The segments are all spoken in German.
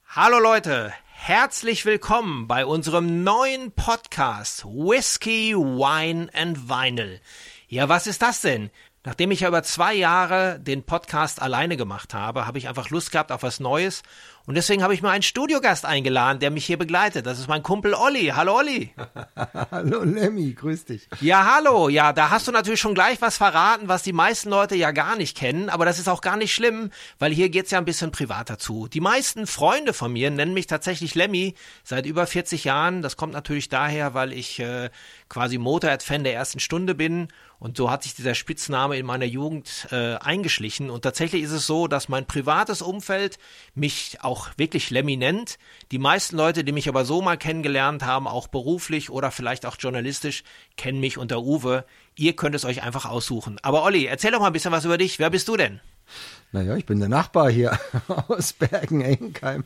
Hallo Leute, herzlich willkommen bei unserem neuen Podcast Whiskey, Wine and Vinyl. Ja, was ist das denn? Nachdem ich ja über 2 Jahre den Podcast alleine gemacht habe, habe ich einfach Lust gehabt auf was Neues und deswegen habe ich mir einen Studiogast eingeladen, der mich hier begleitet. Das ist mein Kumpel Olli. Hallo Olli. Hallo Lemmy, grüß dich. Ja, hallo. Ja, da hast du natürlich schon gleich was verraten, was die meisten Leute ja gar nicht kennen, aber das ist auch gar nicht schlimm, weil hier geht's ja ein bisschen privater zu. Die meisten Freunde von mir nennen mich tatsächlich Lemmy seit über 40 Jahren. Das kommt natürlich daher, weil ich quasi Motorhead-Fan der ersten Stunde bin. Und so hat sich dieser Spitzname in meiner Jugend eingeschlichen. Und tatsächlich ist es so, dass mein privates Umfeld mich auch wirklich Lemmy nennt. Die meisten Leute, die mich aber so mal kennengelernt haben, auch beruflich oder vielleicht auch journalistisch, kennen mich unter Uwe. Ihr könnt es euch einfach aussuchen. Aber Olli, erzähl doch mal ein bisschen was über dich. Wer bist du denn? Naja, ich bin der Nachbar hier aus Bergen-Enkheim.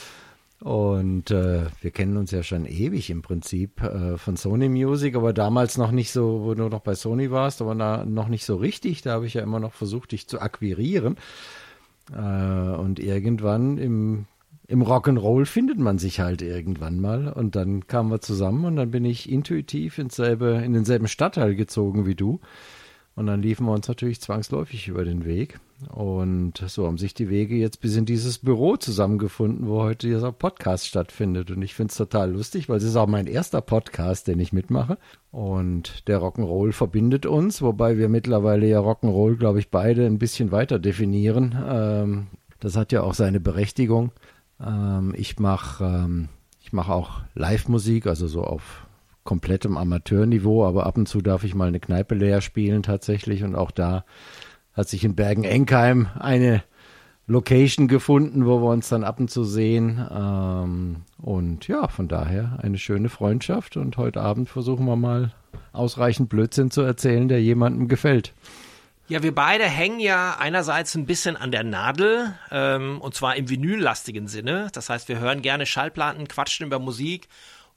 Und wir kennen uns ja schon ewig im Prinzip von Sony Music, aber damals noch nicht so, wo du noch bei Sony warst, aber noch nicht so richtig. Da habe ich ja immer noch versucht, dich zu akquirieren. Und irgendwann im Rock'n'Roll findet man sich halt irgendwann mal. Und dann kamen wir zusammen und dann bin ich intuitiv in denselben Stadtteil gezogen wie du. Und dann liefen wir uns natürlich zwangsläufig über den Weg. Und so haben sich die Wege jetzt bis in dieses Büro zusammengefunden, wo heute dieser Podcast stattfindet. Und ich finde es total lustig, weil es ist auch mein erster Podcast, den ich mitmache. Und der Rock'n'Roll verbindet uns, wobei wir mittlerweile ja Rock'n'Roll, glaube ich, beide ein bisschen weiter definieren. Das hat ja auch seine Berechtigung. Ich mache auch Live-Musik, also so auf komplettem Amateurniveau, aber ab und zu darf ich mal eine Kneipe leer spielen tatsächlich und auch da hat sich in Bergen-Enkheim eine Location gefunden, wo wir uns dann ab und zu sehen und ja, von daher eine schöne Freundschaft und heute Abend versuchen wir mal ausreichend Blödsinn zu erzählen, der jemandem gefällt. Ja, wir beide hängen ja einerseits ein bisschen an der Nadel, und zwar im vinyllastigen Sinne. Das heißt, wir hören gerne Schallplatten, quatschen über Musik.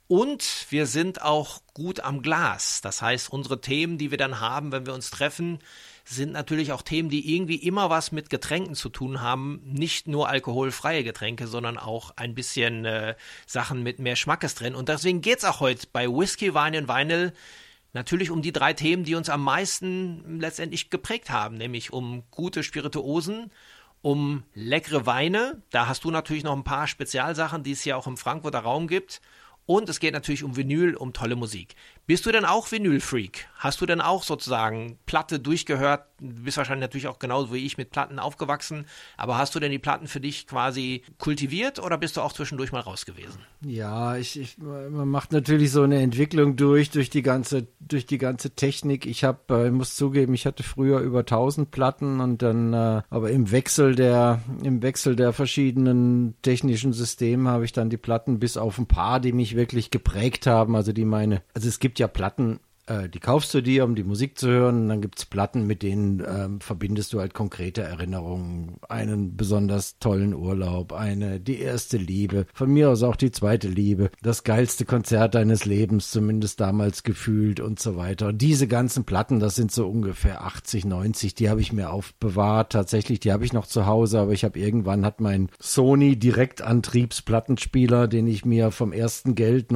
Und wir sind auch gut am Glas. Das heißt, unsere Themen, die wir dann haben, wenn wir uns treffen, sind natürlich auch Themen, die irgendwie immer was mit Getränken zu tun haben. Nicht nur alkoholfreie Getränke, sondern auch ein bisschen Sachen mit mehr Schmackes drin. Und deswegen geht's auch heute bei Whiskey, Wine und Vinyl natürlich um die 3 Themen, die uns am meisten letztendlich geprägt haben. Nämlich um gute Spirituosen, um leckere Weine. Da hast du natürlich noch ein paar Spezialsachen, die es ja auch im Frankfurter Raum gibt. Und es geht natürlich um Vinyl, um tolle Musik. Bist du denn auch Vinyl-Freak? Hast du denn auch sozusagen Platte durchgehört? Du bist wahrscheinlich natürlich auch genauso wie ich mit Platten aufgewachsen. Aber hast du denn die Platten für dich quasi kultiviert oder bist du auch zwischendurch mal raus gewesen? Ja, man macht natürlich so eine Entwicklung durch die ganze Technik. Ich muss zugeben, ich hatte früher über 1000 Platten und dann, aber im Wechsel der verschiedenen technischen Systeme habe ich dann die Platten bis auf ein paar, die mich wirklich geprägt haben, also es gibt ja Platten, die kaufst du dir, um die Musik zu hören, und dann gibt's Platten, mit denen verbindest du halt konkrete Erinnerungen, einen besonders tollen Urlaub, die erste Liebe, von mir aus auch die zweite Liebe, das geilste Konzert deines Lebens, zumindest damals gefühlt und so weiter. Und diese ganzen Platten, das sind so ungefähr 80, 90, die habe ich mir aufbewahrt, tatsächlich, die habe ich noch zu Hause, aber irgendwann hat mein Sony Direktantriebsplattenspieler, den ich mir vom ersten Geld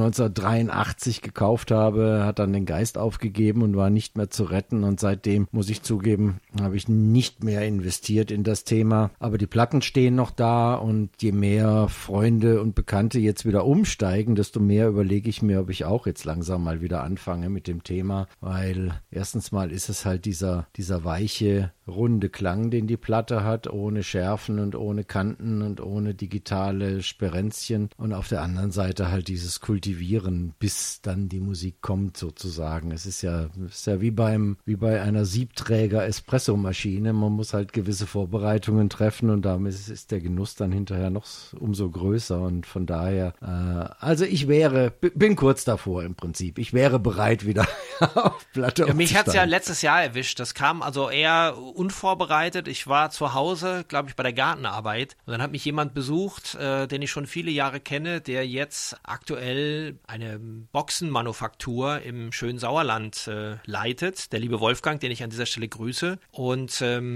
1983 gekauft habe, hat dann den Geist aufgegeben und war nicht mehr zu retten und seitdem, muss ich zugeben, habe ich nicht mehr investiert in das Thema, aber die Platten stehen noch da und je mehr Freunde und Bekannte jetzt wieder umsteigen, desto mehr überlege ich mir, ob ich auch jetzt langsam mal wieder anfange mit dem Thema, weil erstens mal ist es halt dieser weiche, runde Klang, den die Platte hat, ohne Schärfen und ohne Kanten und ohne digitale Sperenzchen und auf der anderen Seite halt dieses Kultivieren, bis dann die Musik kommt sozusagen. Es ist ja wie bei einer Siebträger-Espressomaschine. Man muss halt gewisse Vorbereitungen treffen und damit ist der Genuss dann hinterher noch umso größer und von daher, also ich bin kurz davor im Prinzip. Ich wäre bereit wieder auf Platte. Ja, mich hat's ja letztes Jahr erwischt. Das kam also eher unvorbereitet. Ich war zu Hause, glaube ich, bei der Gartenarbeit und dann hat mich jemand besucht, den ich schon viele Jahre kenne, der jetzt aktuell eine Boxenmanufaktur im schönen Sauerland leitet. Der liebe Wolfgang, den ich an dieser Stelle grüße. Und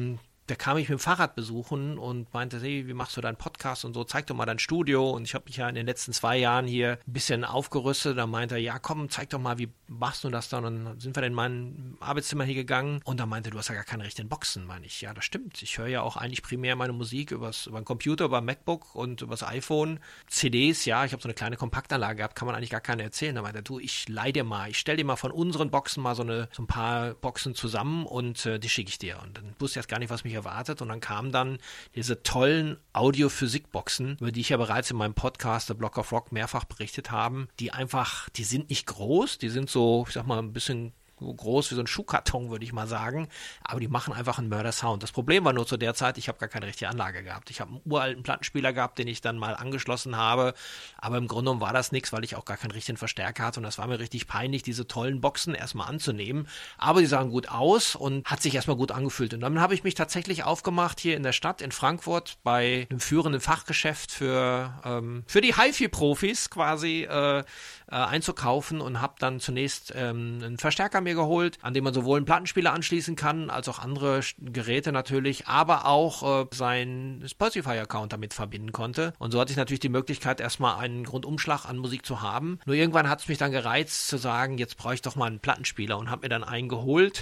der kam mich mit dem Fahrrad besuchen und meinte, hey, wie machst du deinen Podcast und so, zeig doch mal dein Studio. Und ich habe mich ja in den letzten 2 Jahren hier ein bisschen aufgerüstet. Da meinte er, ja komm, zeig doch mal, wie machst du das dann? Und dann sind wir in mein Arbeitszimmer hier gegangen und dann meinte, du hast ja gar keine richtigen Boxen. Meine ich, ja, das stimmt. Ich höre ja auch eigentlich primär meine Musik über den Computer, über MacBook und übers iPhone. CDs, ja, ich habe so eine kleine Kompaktanlage gehabt, kann man eigentlich gar keine erzählen. Da meinte er, du, ich leih dir mal, ich stell dir mal von unseren Boxen mal so ein paar Boxen zusammen und die schicke ich dir. Und dann wusste ich jetzt gar nicht, was mich erwartet. Und dann kamen dann diese tollen Audio-Physik-Boxen, über die ich ja bereits in meinem Podcast The Block of Rock mehrfach berichtet habe, die sind nicht groß, die sind so, ich sag mal, ein bisschen groß wie so ein Schuhkarton, würde ich mal sagen, aber die machen einfach einen Mörder-Sound. Das Problem war nur zu der Zeit, ich habe gar keine richtige Anlage gehabt. Ich habe einen uralten Plattenspieler gehabt, den ich dann mal angeschlossen habe, aber im Grunde genommen war das nichts, weil ich auch gar keinen richtigen Verstärker hatte und das war mir richtig peinlich, diese tollen Boxen erstmal anzunehmen, aber die sahen gut aus und hat sich erstmal gut angefühlt und dann habe ich mich tatsächlich aufgemacht hier in der Stadt in Frankfurt bei einem führenden Fachgeschäft für die HiFi-Profis quasi einzukaufen und habe dann zunächst einen Verstärker mir geholt, an dem man sowohl einen Plattenspieler anschließen kann, als auch andere Geräte natürlich, aber auch seinen Spotify-Account damit verbinden konnte. Und so hatte ich natürlich die Möglichkeit, erstmal einen Grundumschlag an Musik zu haben. Nur irgendwann hat es mich dann gereizt zu sagen, jetzt brauche ich doch mal einen Plattenspieler und habe mir dann einen geholt,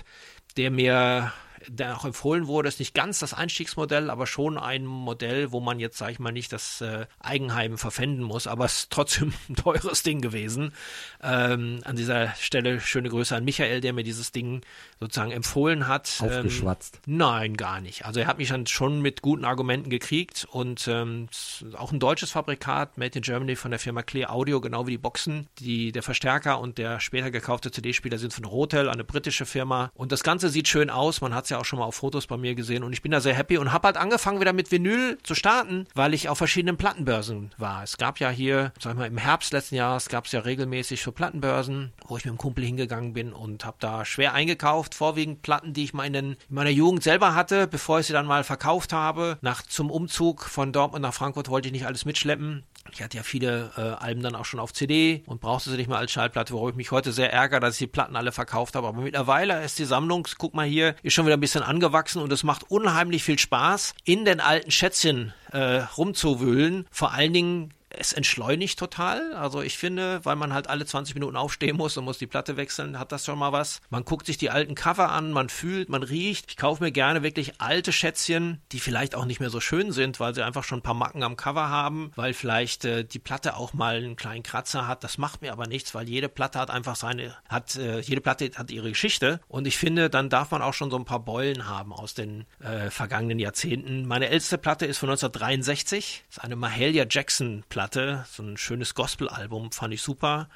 der auch empfohlen wurde, ist nicht ganz das Einstiegsmodell, aber schon ein Modell, wo man jetzt, sage ich mal, nicht das Eigenheim verpfänden muss, aber es ist trotzdem ein teures Ding gewesen. An dieser Stelle schöne Grüße an Michael, der mir dieses Ding sozusagen empfohlen hat. Aufgeschwatzt? Nein, gar nicht. Also er hat mich dann schon mit guten Argumenten gekriegt und auch ein deutsches Fabrikat, Made in Germany von der Firma Clear Audio, genau wie die Boxen. Der Verstärker und der später gekaufte CD-Spieler sind von Rotel, eine britische Firma. Und das Ganze sieht schön aus, man hat es ja auch schon mal auf Fotos bei mir gesehen und ich bin da sehr happy und habe halt angefangen wieder mit Vinyl zu starten, weil ich auf verschiedenen Plattenbörsen war. Es gab ja hier, sag ich mal, im Herbst letzten Jahres gab es ja regelmäßig so Plattenbörsen, wo ich mit einem Kumpel hingegangen bin und habe da schwer eingekauft, vorwiegend Platten, die ich mal in meiner Jugend selber hatte, bevor ich sie dann mal verkauft habe. Zum Umzug von Dortmund nach Frankfurt wollte ich nicht alles mitschleppen. Ich hatte ja viele Alben dann auch schon auf CD und brauchte sie nicht mehr als Schallplatte, worüber ich mich heute sehr ärgere, dass ich die Platten alle verkauft habe. Aber mittlerweile ist die Sammlung, guck mal hier, ist schon wieder ein bisschen angewachsen und es macht unheimlich viel Spaß, in den alten Schätzchen rumzuwühlen. Vor allen Dingen, es entschleunigt total. Also ich finde, weil man halt alle 20 Minuten aufstehen muss und muss die Platte wechseln, hat das schon mal was. Man guckt sich die alten Cover an, man fühlt, man riecht. Ich kaufe mir gerne wirklich alte Schätzchen, die vielleicht auch nicht mehr so schön sind, weil sie einfach schon ein paar Macken am Cover haben, weil vielleicht die Platte auch mal einen kleinen Kratzer hat. Das macht mir aber nichts, weil jede Platte hat einfach jede Platte hat ihre Geschichte. Und ich finde, dann darf man auch schon so ein paar Beulen haben aus den vergangenen Jahrzehnten. Meine älteste Platte ist von 1963. Das ist eine Mahalia Jackson Platte. So ein schönes Gospel-Album, fand ich super.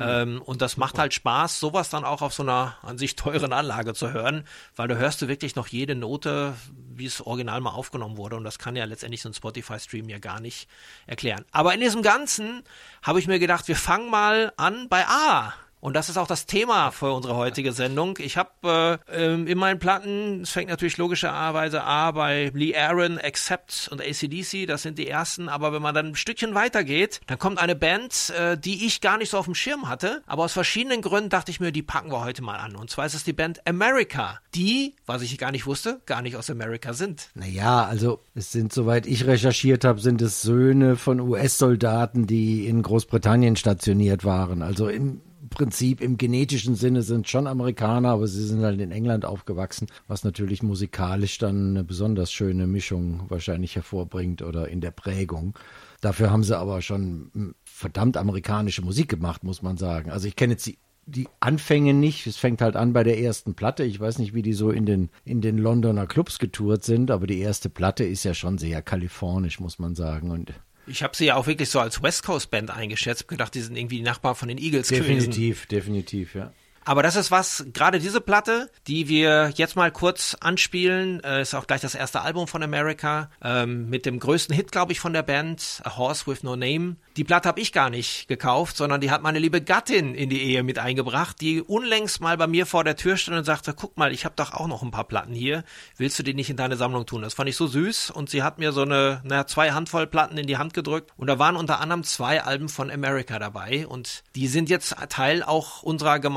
Und das macht halt Spaß, sowas dann auch auf so einer an sich teuren Anlage zu hören, weil da hörst du wirklich noch jede Note, wie es original mal aufgenommen wurde. Und das kann ja letztendlich so ein Spotify-Stream ja gar nicht erklären. Aber in diesem Ganzen habe ich mir gedacht, wir fangen mal an bei A. Und das ist auch das Thema für unsere heutige Sendung. Ich habe in meinen Platten, es fängt natürlich logischerweise bei Lee Aaron, Accept und AC/DC, das sind die ersten, aber wenn man dann ein Stückchen weitergeht, dann kommt eine Band, die ich gar nicht so auf dem Schirm hatte, aber aus verschiedenen Gründen dachte ich mir, die packen wir heute mal an. Und zwar ist es die Band America, die, was ich gar nicht wusste, gar nicht aus Amerika sind. Naja, also es sind, soweit ich recherchiert habe, sind es Söhne von US-Soldaten, die in Großbritannien stationiert waren. Also im Prinzip im genetischen Sinne sind schon Amerikaner, aber sie sind halt in England aufgewachsen, was natürlich musikalisch dann eine besonders schöne Mischung wahrscheinlich hervorbringt oder in der Prägung. Dafür haben sie aber schon verdammt amerikanische Musik gemacht, muss man sagen. Also ich kenne jetzt die Anfänge nicht. Es fängt halt an bei der ersten Platte. Ich weiß nicht, wie die so in den Londoner Clubs getourt sind, aber die erste Platte ist ja schon sehr kalifornisch, muss man sagen. Und ich habe sie ja auch wirklich so als West Coast Band eingeschätzt, gedacht, die sind irgendwie die Nachbarn von den Eagles gewesen. Definitiv, ja. Aber das ist was, gerade diese Platte, die wir jetzt mal kurz anspielen, ist auch gleich das erste Album von America, mit dem größten Hit, glaube ich, von der Band, A Horse with No Name. Die Platte habe ich gar nicht gekauft, sondern die hat meine liebe Gattin in die Ehe mit eingebracht, die unlängst mal bei mir vor der Tür stand und sagte, guck mal, ich habe doch auch noch ein paar Platten hier, willst du die nicht in deine Sammlung tun? Das fand ich so süß und sie hat mir so 2 Handvoll Platten in die Hand gedrückt und da waren unter anderem 2 Alben von America dabei und die sind jetzt Teil auch unserer gemeinschaftlichen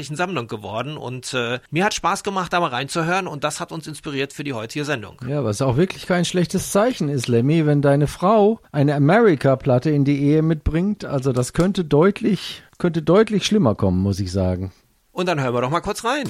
herrlichen Sammlung geworden und mir hat Spaß gemacht, da mal reinzuhören und das hat uns inspiriert für die heutige Sendung. Ja, was auch wirklich kein schlechtes Zeichen ist, Lemmy, wenn deine Frau eine America-Platte in die Ehe mitbringt. Also das könnte deutlich schlimmer kommen, muss ich sagen. Und dann hören wir doch mal kurz rein.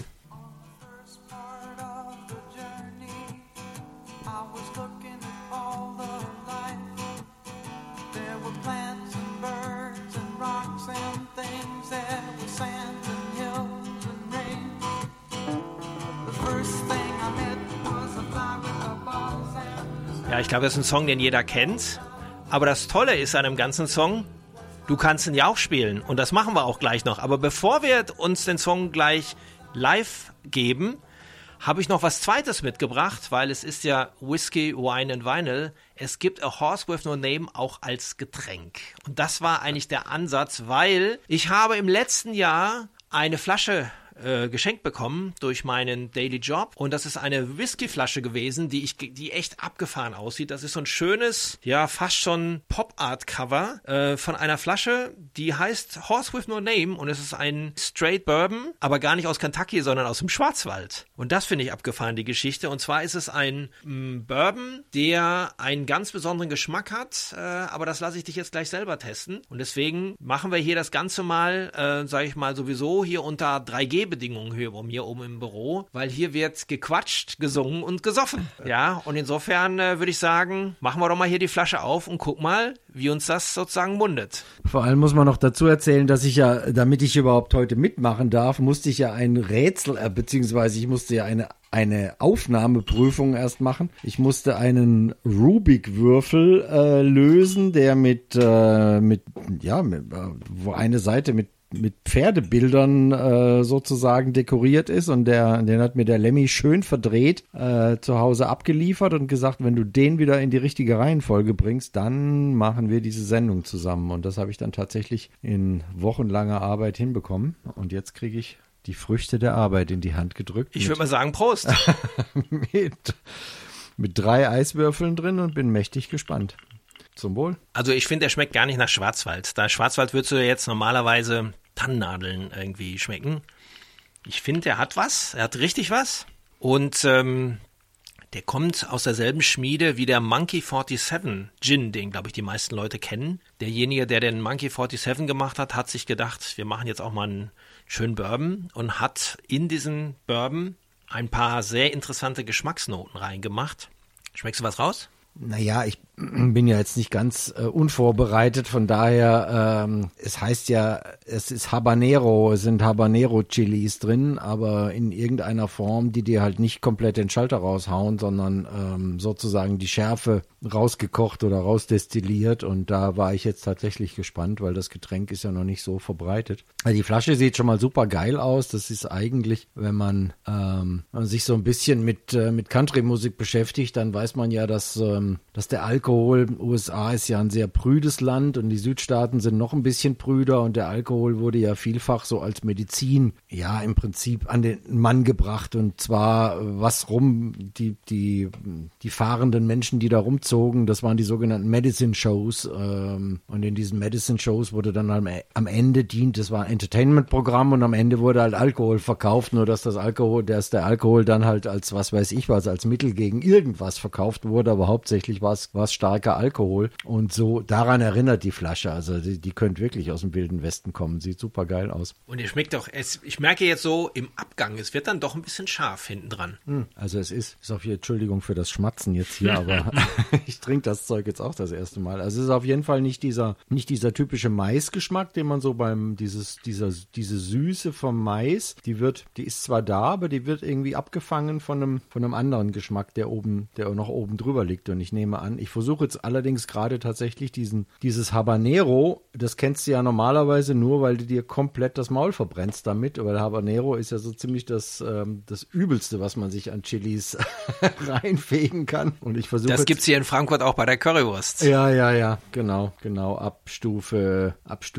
Ja, ich glaube, das ist ein Song, den jeder kennt. Aber das Tolle ist an dem ganzen Song, du kannst ihn ja auch spielen. Und das machen wir auch gleich noch. Aber bevor wir uns den Song gleich live geben, habe ich noch was Zweites mitgebracht, weil es ist ja Whiskey, Wine and Vinyl. Es gibt A Horse with No Name auch als Getränk. Und das war eigentlich der Ansatz, weil ich habe im letzten Jahr eine Flasche geschenkt bekommen durch meinen Daily Job und das ist eine Whiskyflasche gewesen, die echt abgefahren aussieht. Das ist so ein schönes, ja fast schon Pop-Art-Cover von einer Flasche, die heißt Horse with No Name und es ist ein Straight Bourbon, aber gar nicht aus Kentucky, sondern aus dem Schwarzwald. Und das finde ich abgefahren, die Geschichte. Und zwar ist es ein Bourbon, der einen ganz besonderen Geschmack hat, aber das lasse ich dich jetzt gleich selber testen. Und deswegen machen wir hier das Ganze mal, sage ich mal sowieso hier unter 3G-Bedingungen hier bei mir oben im Büro, weil hier wird gequatscht, gesungen und gesoffen. Ja, und insofern würde ich sagen, machen wir doch mal hier die Flasche auf und guck mal, wie uns das sozusagen mundet. Vor allem muss man noch dazu erzählen, dass ich ja, damit ich überhaupt heute mitmachen darf, musste ich ja ein Rätsel, beziehungsweise ich musste ja eine Aufnahmeprüfung erst machen. Ich musste einen Rubik-Würfel lösen, der wo eine Seite mit Pferdebildern sozusagen dekoriert ist und den hat mir der Lemmy schön verdreht zu Hause abgeliefert und gesagt, wenn du den wieder in die richtige Reihenfolge bringst, dann machen wir diese Sendung zusammen und das habe ich dann tatsächlich in wochenlanger Arbeit hinbekommen und jetzt kriege ich die Früchte der Arbeit in die Hand gedrückt. Ich würde mal sagen, Prost! mit 3 Eiswürfeln drin und bin mächtig gespannt. Zum Wohl. Also ich finde, der schmeckt gar nicht nach Schwarzwald. Da Schwarzwald würdest du jetzt normalerweise Tannennadeln irgendwie schmecken. Ich finde, der hat was. Er hat richtig was. Und der kommt aus derselben Schmiede wie der Monkey 47 Gin, den, glaube ich, die meisten Leute kennen. Derjenige, der den Monkey 47 gemacht hat, hat sich gedacht, wir machen jetzt auch mal einen schönen Bourbon und hat in diesen Bourbon ein paar sehr interessante Geschmacksnoten reingemacht. Schmeckst du was raus? Naja, ich bin ja jetzt nicht ganz unvorbereitet, von daher, es heißt ja, es ist sind Habanero-Chilis drin, aber in irgendeiner Form, die dir halt nicht komplett den Schalter raushauen, sondern sozusagen die Schärfe rausgekocht oder rausdestilliert und da war ich jetzt tatsächlich gespannt, weil das Getränk ist ja noch nicht so verbreitet. Also die Flasche sieht schon mal super geil aus, das ist eigentlich, wenn man sich so ein bisschen mit Country-Musik beschäftigt, dann weiß man ja, dass der Alkohol, USA ist ja ein sehr prüdes Land und die Südstaaten sind noch ein bisschen prüder und der Alkohol wurde ja vielfach so als Medizin, ja, im Prinzip an den Mann gebracht und zwar die fahrenden Menschen, die da rumzogen, das waren die sogenannten Medicine Shows und in diesen Medicine Shows wurde dann am Ende das war ein Entertainment-Programm und am Ende wurde halt Alkohol verkauft, nur dass der Alkohol dann halt als was weiß ich was, als Mittel gegen irgendwas verkauft wurde, aber hauptsächlich war es starker Alkohol und so daran erinnert die Flasche, also die könnte wirklich aus dem Wilden Westen kommen, sieht super geil aus. Und ihr schmeckt doch, ich merke jetzt so im Abgang, es wird dann doch ein bisschen scharf hinten dran. Also es ist auf hier, Entschuldigung für das Schmatzen jetzt hier, aber ich trinke das Zeug jetzt auch das erste Mal. Also es ist auf jeden Fall nicht dieser typische Maisgeschmack, den man so diese Süße vom Mais, die ist zwar da, aber die wird irgendwie abgefangen von einem anderen Geschmack, der noch oben drüber liegt und ich nehme an, ich versuche jetzt allerdings gerade tatsächlich dieses Habanero, das kennst du ja normalerweise nur, weil du dir komplett das Maul verbrennst damit, weil Habanero ist ja so ziemlich das Übelste, was man sich an Chilis reinfegen kann. Und ich versuche das gibt's hier in Frankfurt auch bei der Currywurst. Ja, genau. Ab Stufe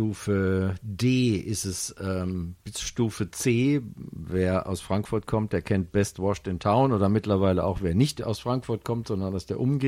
D ist es bis Stufe C. Wer aus Frankfurt kommt, der kennt Best Washed in Town oder mittlerweile auch wer nicht aus Frankfurt kommt, sondern aus der Umgebung.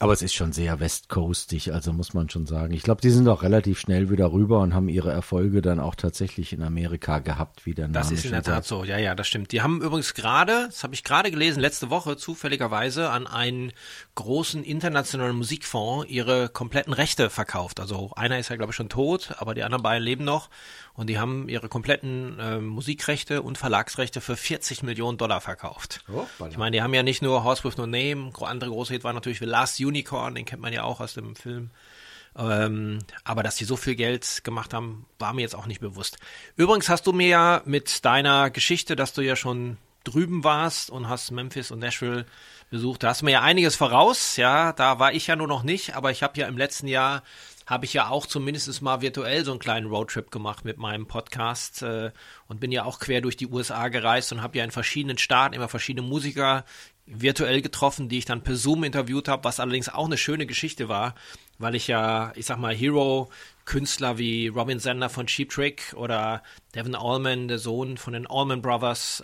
Aber es ist schon sehr westcoastig, also muss man schon sagen. Ich glaube, die sind auch relativ schnell wieder rüber und haben ihre Erfolge dann auch tatsächlich in Amerika gehabt, wie der Name Das ist in der Tat so, ja, das stimmt. Die haben übrigens gerade, das habe ich gerade gelesen, letzte Woche zufälligerweise an einen großen internationalen Musikfonds ihre kompletten Rechte verkauft. Also einer ist ja, glaube ich, schon tot, aber die anderen beiden leben noch. Und die haben ihre kompletten Musikrechte und Verlagsrechte für $40 Millionen verkauft. Oh, ich meine, die haben ja nicht nur Horse with No Name, andere große Hit war natürlich The Last Unicorn, den kennt man ja auch aus dem Film. Aber dass die so viel Geld gemacht haben, war mir jetzt auch nicht bewusst. Übrigens hast du mir ja mit deiner Geschichte, dass du ja schon drüben warst und hast Memphis und Nashville besucht, da hast du mir ja einiges voraus, ja, da war ich ja nur noch nicht, aber ich habe ja im letzten Jahr habe ich ja auch zumindest mal virtuell so einen kleinen Roadtrip gemacht mit meinem Podcast und bin ja auch quer durch die USA gereist und habe ja in verschiedenen Staaten immer verschiedene Musiker virtuell getroffen, die ich dann per Zoom interviewt habe, was allerdings auch eine schöne Geschichte war, weil ich ja, ich sag mal, Hero-Künstler wie Robin Zander von Cheap Trick oder Devin Allman, der Sohn von den Allman Brothers,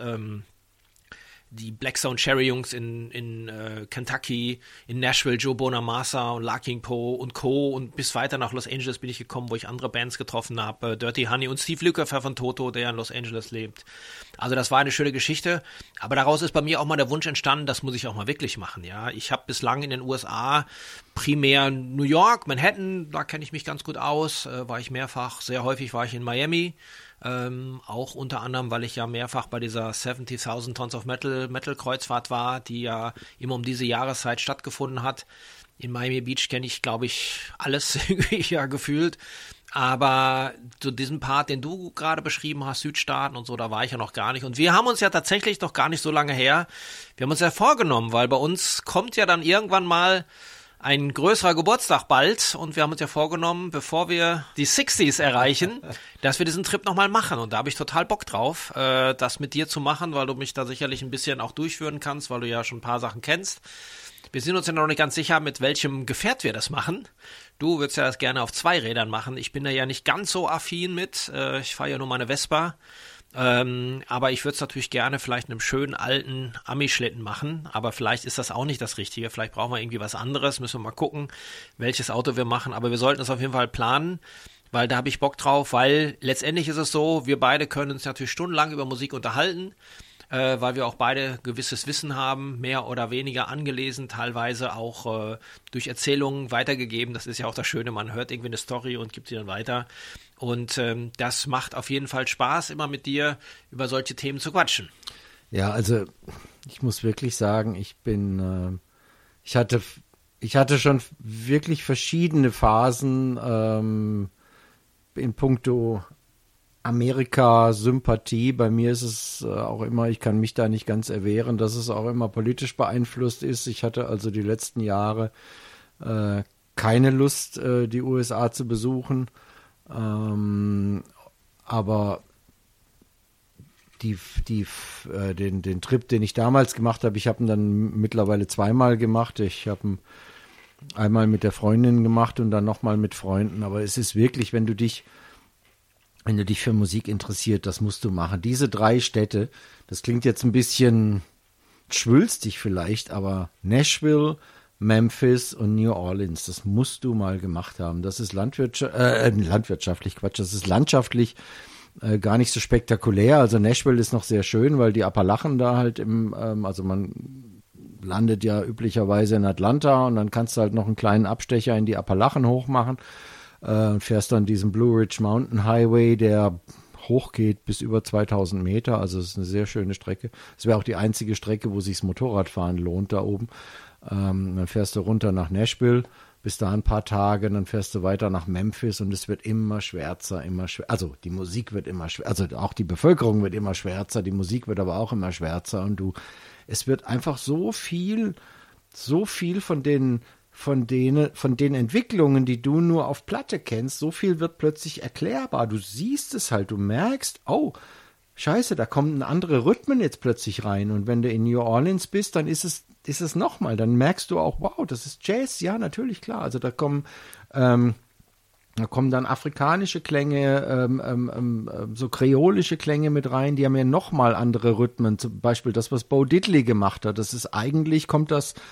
die Blackstone Cherry Jungs in Kentucky, in Nashville, Joe Bonamassa und Larkin Poe und Co. Und bis weiter nach Los Angeles bin ich gekommen, wo ich andere Bands getroffen habe, Dirty Honey und Steve Lukather von Toto, der in Los Angeles lebt. Also das war eine schöne Geschichte, aber daraus ist bei mir auch mal der Wunsch entstanden, das muss ich auch mal wirklich machen. Ja, ich habe bislang in den USA primär New York, Manhattan, da kenne ich mich ganz gut aus, war ich mehrfach, sehr häufig war ich in Miami. Auch unter anderem, weil ich ja mehrfach bei dieser 70.000 Tons of Metal Kreuzfahrt war, die ja immer um diese Jahreszeit stattgefunden hat. In Miami Beach kenne ich, glaube ich, alles irgendwie ja gefühlt. Aber zu diesem Part, den du gerade beschrieben hast, Südstaaten und so, da war ich ja noch gar nicht. Und wir haben uns ja tatsächlich noch gar nicht so lange her, wir haben uns ja vorgenommen, weil bei uns kommt ja dann irgendwann mal ein größerer Geburtstag bald und wir haben uns ja vorgenommen, bevor wir die 60s erreichen, dass wir diesen Trip nochmal machen und da habe ich total Bock drauf, das mit dir zu machen, weil du mich da sicherlich ein bisschen auch durchführen kannst, weil du ja schon ein paar Sachen kennst. Wir sind uns ja noch nicht ganz sicher, mit welchem Gefährt wir das machen. Du würdest ja das gerne auf 2 Rädern machen, ich bin da ja nicht ganz so affin mit, ich fahre ja nur meine Vespa. Aber ich würde es natürlich gerne vielleicht in einem schönen alten Ami-Schlitten machen, aber vielleicht ist das auch nicht das Richtige, vielleicht brauchen wir irgendwie was anderes, müssen wir mal gucken, welches Auto wir machen, aber wir sollten es auf jeden Fall planen, weil da habe ich Bock drauf, weil letztendlich ist es so, wir beide können uns natürlich stundenlang über Musik unterhalten, weil wir auch beide gewisses Wissen haben, mehr oder weniger angelesen, teilweise auch durch Erzählungen weitergegeben. Das ist ja auch das Schöne, man hört irgendwie eine Story und gibt sie dann weiter. Und das macht auf jeden Fall Spaß, immer mit dir über solche Themen zu quatschen. Ja, also ich muss wirklich sagen, ich hatte schon wirklich verschiedene Phasen in puncto Amerika-Sympathie. Bei mir ist es auch immer, ich kann mich da nicht ganz erwehren, dass es auch immer politisch beeinflusst ist. Ich hatte also die letzten Jahre keine Lust, die USA zu besuchen. Aber den Trip, den ich damals gemacht habe, ich habe ihn dann mittlerweile 2-mal gemacht. Ich habe ihn einmal mit der Freundin gemacht und dann nochmal mit Freunden. Aber es ist wirklich, wenn du dich für Musik interessiert, das musst du machen. Diese 3 Städte, das klingt jetzt ein bisschen schwülstig vielleicht, aber Nashville, Memphis und New Orleans, das musst du mal gemacht haben. Das ist landschaftlich gar nicht so spektakulär. Also Nashville ist noch sehr schön, weil die Appalachen da halt also man landet ja üblicherweise in Atlanta und dann kannst du halt noch einen kleinen Abstecher in die Appalachen hochmachen und fährst dann diesen Blue Ridge Mountain Highway, der hochgeht bis über 2000 Meter. Also es ist eine sehr schöne Strecke. Es wäre auch die einzige Strecke, wo sich das Motorradfahren lohnt da oben. Dann fährst du runter nach Nashville, bist da ein paar Tage, dann fährst du weiter nach Memphis und es wird immer schwärzer, also die Musik wird immer schwärzer, also auch die Bevölkerung wird immer schwärzer, die Musik wird aber auch immer schwärzer und es wird einfach so viel von den Entwicklungen, die du nur auf Platte kennst, so viel wird plötzlich erklärbar. Du siehst es halt, du merkst, oh, Scheiße, da kommen andere Rhythmen jetzt plötzlich rein. Und wenn du in New Orleans bist, dann ist es nochmal. Dann merkst du auch, wow, das ist Jazz. Ja, natürlich, klar. Also da kommen dann afrikanische Klänge, so kreolische Klänge mit rein. Die haben ja nochmal andere Rhythmen. Zum Beispiel das, was Bo Diddley gemacht hat. Das ist eigentlich, kommt das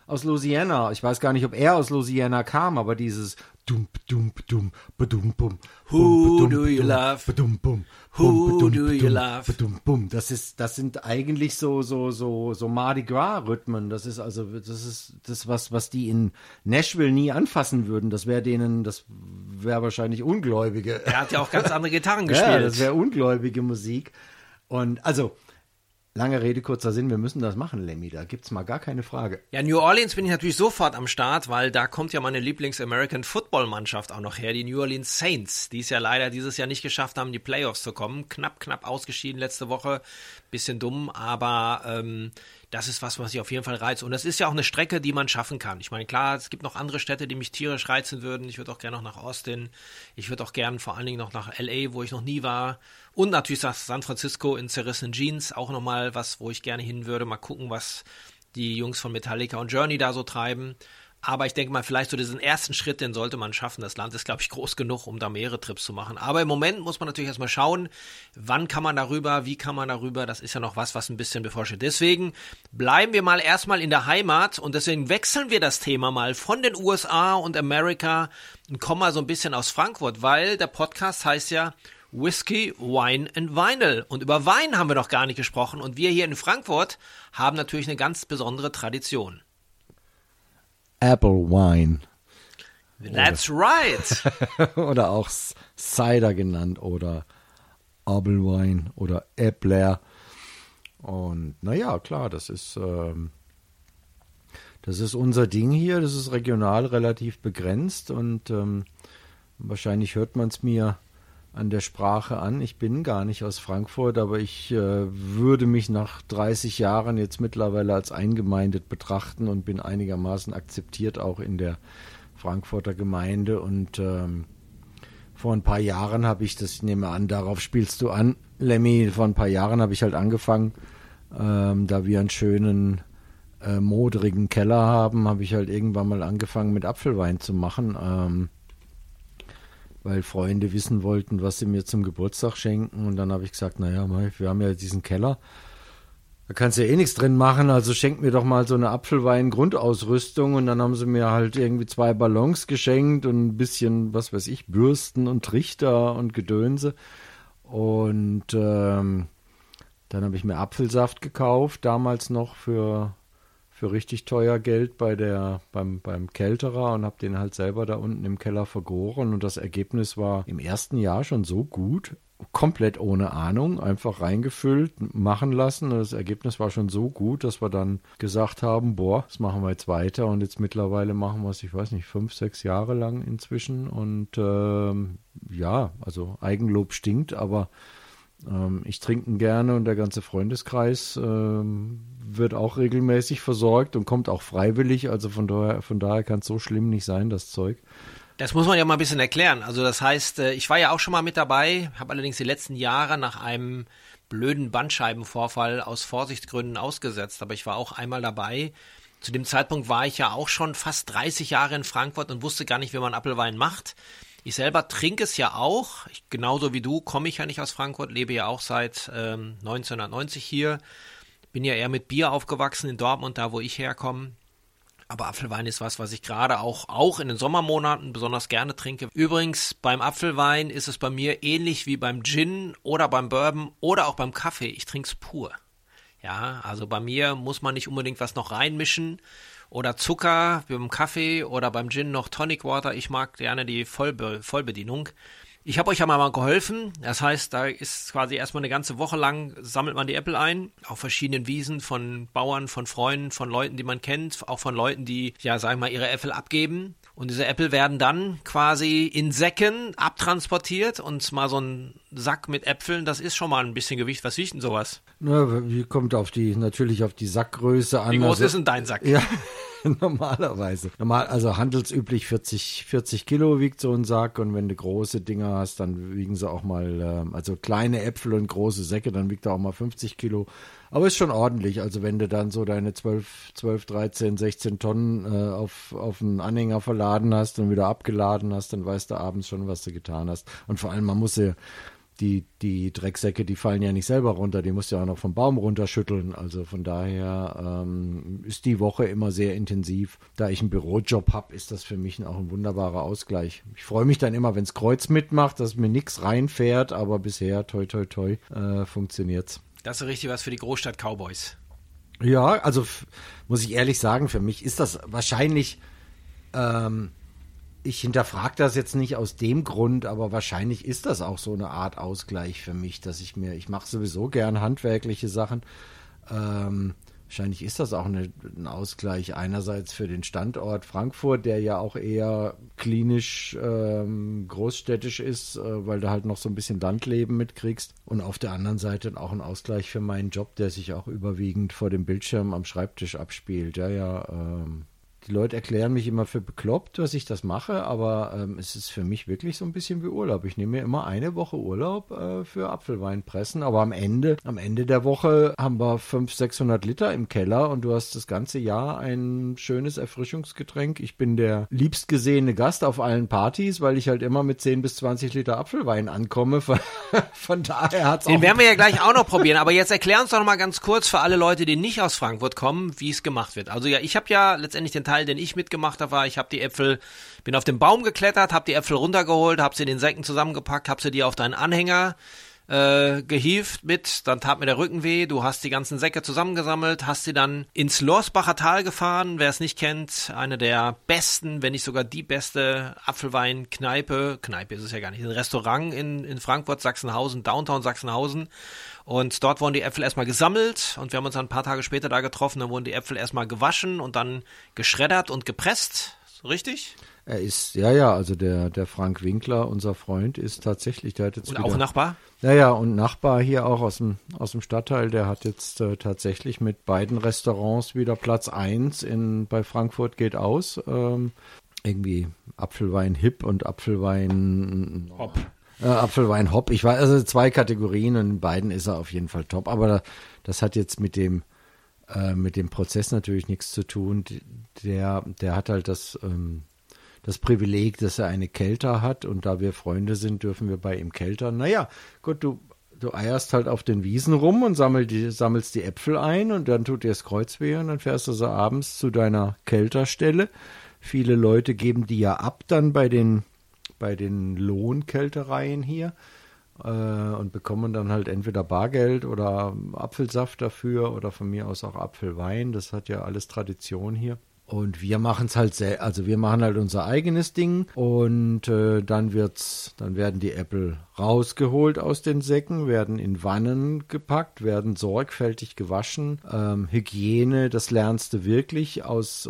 aus Louisiana. Ich weiß gar nicht, ob er aus Louisiana kam, aber dieses Dum, badum, bum. Who do you love? Badum, bum. Who do you love? Badum, bum. Das sind eigentlich so Mardi Gras Rhythmen. Das ist das was die in Nashville nie anfassen würden. Das wäre wahrscheinlich Ungläubige. Er hat ja auch ganz andere Gitarren gespielt. Ja, das wäre ungläubige Musik. Und also lange Rede, kurzer Sinn, wir müssen das machen, Lemmy, da gibt's mal gar keine Frage. Ja, New Orleans bin ich natürlich sofort am Start, weil da kommt ja meine Lieblings-American-Football-Mannschaft auch noch her, die New Orleans Saints, die es ja leider dieses Jahr nicht geschafft haben, in die Playoffs zu kommen. Knapp ausgeschieden letzte Woche, bisschen dumm, aber das ist was sich auf jeden Fall reizt. Und das ist ja auch eine Strecke, die man schaffen kann. Ich meine, klar, es gibt noch andere Städte, die mich tierisch reizen würden. Ich würde auch gerne noch nach Austin. Ich würde auch gerne vor allen Dingen noch nach L.A., wo ich noch nie war. Und natürlich nach San Francisco in zerrissenen Jeans. Auch nochmal was, wo ich gerne hin würde. Mal gucken, was die Jungs von Metallica und Journey da so treiben. Aber ich denke mal, vielleicht so diesen ersten Schritt, den sollte man schaffen. Das Land ist, glaube ich, groß genug, um da mehrere Trips zu machen. Aber im Moment muss man natürlich erstmal schauen, wann kann man darüber, wie kann man darüber. Das ist ja noch was ein bisschen bevorsteht. Deswegen bleiben wir mal erstmal in der Heimat und deswegen wechseln wir das Thema mal von den USA und Amerika und kommen mal so ein bisschen aus Frankfurt, weil der Podcast heißt ja Whisky, Wine and Vinyl. Und über Wein haben wir noch gar nicht gesprochen. Und wir hier in Frankfurt haben natürlich eine ganz besondere Tradition. Apple Wine. That's right. Oder auch Cider genannt oder Apple Wine oder Äppler. Und naja, klar, das ist unser Ding hier. Das ist regional relativ begrenzt und wahrscheinlich hört man es mir an der Sprache an. Ich bin gar nicht aus Frankfurt, aber ich würde mich nach 30 Jahren jetzt mittlerweile als eingemeindet betrachten und bin einigermaßen akzeptiert auch in der Frankfurter Gemeinde. Und vor ein paar Jahren habe ich, das ich nehme an, darauf spielst du an, Lemmy, vor ein paar Jahren habe ich halt angefangen, da wir einen schönen modrigen Keller haben, habe ich halt irgendwann mal angefangen mit Apfelwein zu machen, weil Freunde wissen wollten, was sie mir zum Geburtstag schenken. Und dann habe ich gesagt, naja, wir haben ja diesen Keller, da kannst du ja eh nichts drin machen, also schenk mir doch mal so eine Apfelwein-Grundausrüstung. Und dann haben sie mir halt irgendwie 2 Ballons geschenkt und ein bisschen, was weiß ich, Bürsten und Trichter und Gedönse. Und dann habe ich mir Apfelsaft gekauft, damals noch für richtig teuer Geld beim Kälterer und habe den halt selber da unten im Keller vergoren und das Ergebnis war im ersten Jahr schon so gut, komplett ohne Ahnung, einfach reingefüllt, machen lassen und das Ergebnis war schon so gut, dass wir dann gesagt haben, das machen wir jetzt weiter und jetzt mittlerweile machen wir es, ich weiß nicht, 5, 6 Jahre lang inzwischen und ja, also Eigenlob stinkt, aber ich trinke ihn gerne und der ganze Freundeskreis wird auch regelmäßig versorgt und kommt auch freiwillig. Also von daher kann es so schlimm nicht sein, das Zeug. Das muss man ja mal ein bisschen erklären. Also das heißt, ich war ja auch schon mal mit dabei, habe allerdings die letzten Jahre nach einem blöden Bandscheibenvorfall aus Vorsichtsgründen ausgesetzt. Aber ich war auch einmal dabei. Zu dem Zeitpunkt war ich ja auch schon fast 30 Jahre in Frankfurt und wusste gar nicht, wie man Apfelwein macht. Ich selber trinke es ja auch. Genauso wie du komme ich ja nicht aus Frankfurt, lebe ja auch seit 1990 hier. Bin ja eher mit Bier aufgewachsen in Dortmund, da wo ich herkomme. Aber Apfelwein ist was ich gerade auch in den Sommermonaten besonders gerne trinke. Übrigens, beim Apfelwein ist es bei mir ähnlich wie beim Gin oder beim Bourbon oder auch beim Kaffee. Ich trinke es pur. Ja, also bei mir muss man nicht unbedingt was noch reinmischen oder Zucker wie beim Kaffee oder beim Gin noch Tonic Water. Ich mag gerne die Vollbedienung. Ich habe euch ja mal geholfen. Das heißt, da ist quasi erstmal eine ganze Woche lang sammelt man die Äpfel ein. Auf verschiedenen Wiesen von Bauern, von Freunden, von Leuten, die man kennt. Auch von Leuten, die, ja, sagen wir mal, ihre Äpfel abgeben. Und diese Äpfel werden dann quasi in Säcken abtransportiert. Und mal so ein Sack mit Äpfeln, das ist schon mal ein bisschen Gewicht. Was wiegt denn sowas? Na, wie kommt natürlich auf die Sackgröße an. Wie groß ist denn dein Sack? Ja. Normalerweise. Also handelsüblich 40 Kilo wiegt so ein Sack und wenn du große Dinger hast, dann wiegen sie auch mal, also kleine Äpfel und große Säcke, dann wiegt er auch mal 50 Kilo. Aber ist schon ordentlich. Also wenn du dann so deine 12, 13, 16 Tonnen auf einen Anhänger verladen hast und wieder abgeladen hast, dann weißt du abends schon, was du getan hast. Und vor allem, man muss die Drecksäcke, die fallen ja nicht selber runter, die musst du ja auch noch vom Baum runterschütteln. Also von daher ist die Woche immer sehr intensiv. Da ich einen Bürojob habe, ist das für mich auch ein wunderbarer Ausgleich. Ich freue mich dann immer, wenns Kreuz mitmacht, dass mir nichts reinfährt, aber bisher, toi, toi, toi, funktioniert's. Das ist richtig was für die Großstadt-Cowboys. Ja, also muss ich ehrlich sagen, für mich ist das wahrscheinlich, ich hinterfrage das jetzt nicht aus dem Grund, aber wahrscheinlich ist das auch so eine Art Ausgleich für mich, dass ich mache sowieso gern handwerkliche Sachen. Wahrscheinlich ist das auch ein Ausgleich einerseits für den Standort Frankfurt, der ja auch eher klinisch großstädtisch ist, weil du halt noch so ein bisschen Landleben mitkriegst. Und auf der anderen Seite auch ein Ausgleich für meinen Job, der sich auch überwiegend vor dem Bildschirm am Schreibtisch abspielt. Die Leute erklären mich immer für bekloppt, dass ich das mache, aber es ist für mich wirklich so ein bisschen wie Urlaub. Ich nehme mir immer eine Woche Urlaub für Apfelweinpressen, aber am Ende der Woche haben wir 500, 600 Liter im Keller und du hast das ganze Jahr ein schönes Erfrischungsgetränk. Ich bin der liebst gesehene Gast auf allen Partys, weil ich halt immer mit 10 bis 20 Liter Apfelwein ankomme. Von daher hat's auch... Den werden wir ja gleich auch noch probieren, aber jetzt erklär uns doch noch mal ganz kurz für alle Leute, die nicht aus Frankfurt kommen, wie es gemacht wird. Also ja, ich habe ja letztendlich den Teil, den ich mitgemacht habe, war, ich habe die Äpfel, bin auf den Baum geklettert, habe die Äpfel runtergeholt, habe sie in den Säcken zusammengepackt, habe sie dir auf deinen Anhänger gehievt mit, dann tat mir der Rücken weh, du hast die ganzen Säcke zusammengesammelt, hast sie dann ins Lorsbacher Tal gefahren, wer es nicht kennt, eine der besten, wenn nicht sogar die beste Apfelweinkneipe ist es ja gar nicht, ein Restaurant in Frankfurt, Sachsenhausen, Downtown Sachsenhausen, und dort wurden die Äpfel erstmal gesammelt und wir haben uns dann ein paar Tage später da getroffen, dann wurden die Äpfel erstmal gewaschen und dann geschreddert und gepresst, richtig? Er ist, also der Frank Winkler, unser Freund, ist tatsächlich, der hat jetzt und wieder... auch Nachbar? Ja, und Nachbar hier auch aus dem Stadtteil, der hat jetzt tatsächlich mit beiden Restaurants wieder Platz 1 bei Frankfurt geht aus. Irgendwie Apfelwein Hip und Apfelwein Hopp. Apfelwein Hopp. Ich weiß, also 2 Kategorien und in beiden ist er auf jeden Fall top. Aber das hat jetzt mit dem Prozess natürlich nichts zu tun. Der hat halt das Privileg, dass er eine Kelter hat und da wir Freunde sind, dürfen wir bei ihm keltern. Naja, gut, du eierst halt auf den Wiesen rum und sammelst die Äpfel ein und dann tut dir das Kreuz weh und dann fährst du so abends zu deiner Kelterstelle. Viele Leute geben die ja ab dann bei den Lohnkältereien hier und bekommen dann halt entweder Bargeld oder Apfelsaft dafür oder von mir aus auch Apfelwein. Das hat ja alles Tradition hier. Und wir machen es halt wir machen halt unser eigenes Ding und dann werden die Äpfel rausgeholt aus den Säcken, werden in Wannen gepackt, werden sorgfältig gewaschen. Hygiene, das lernst du wirklich aus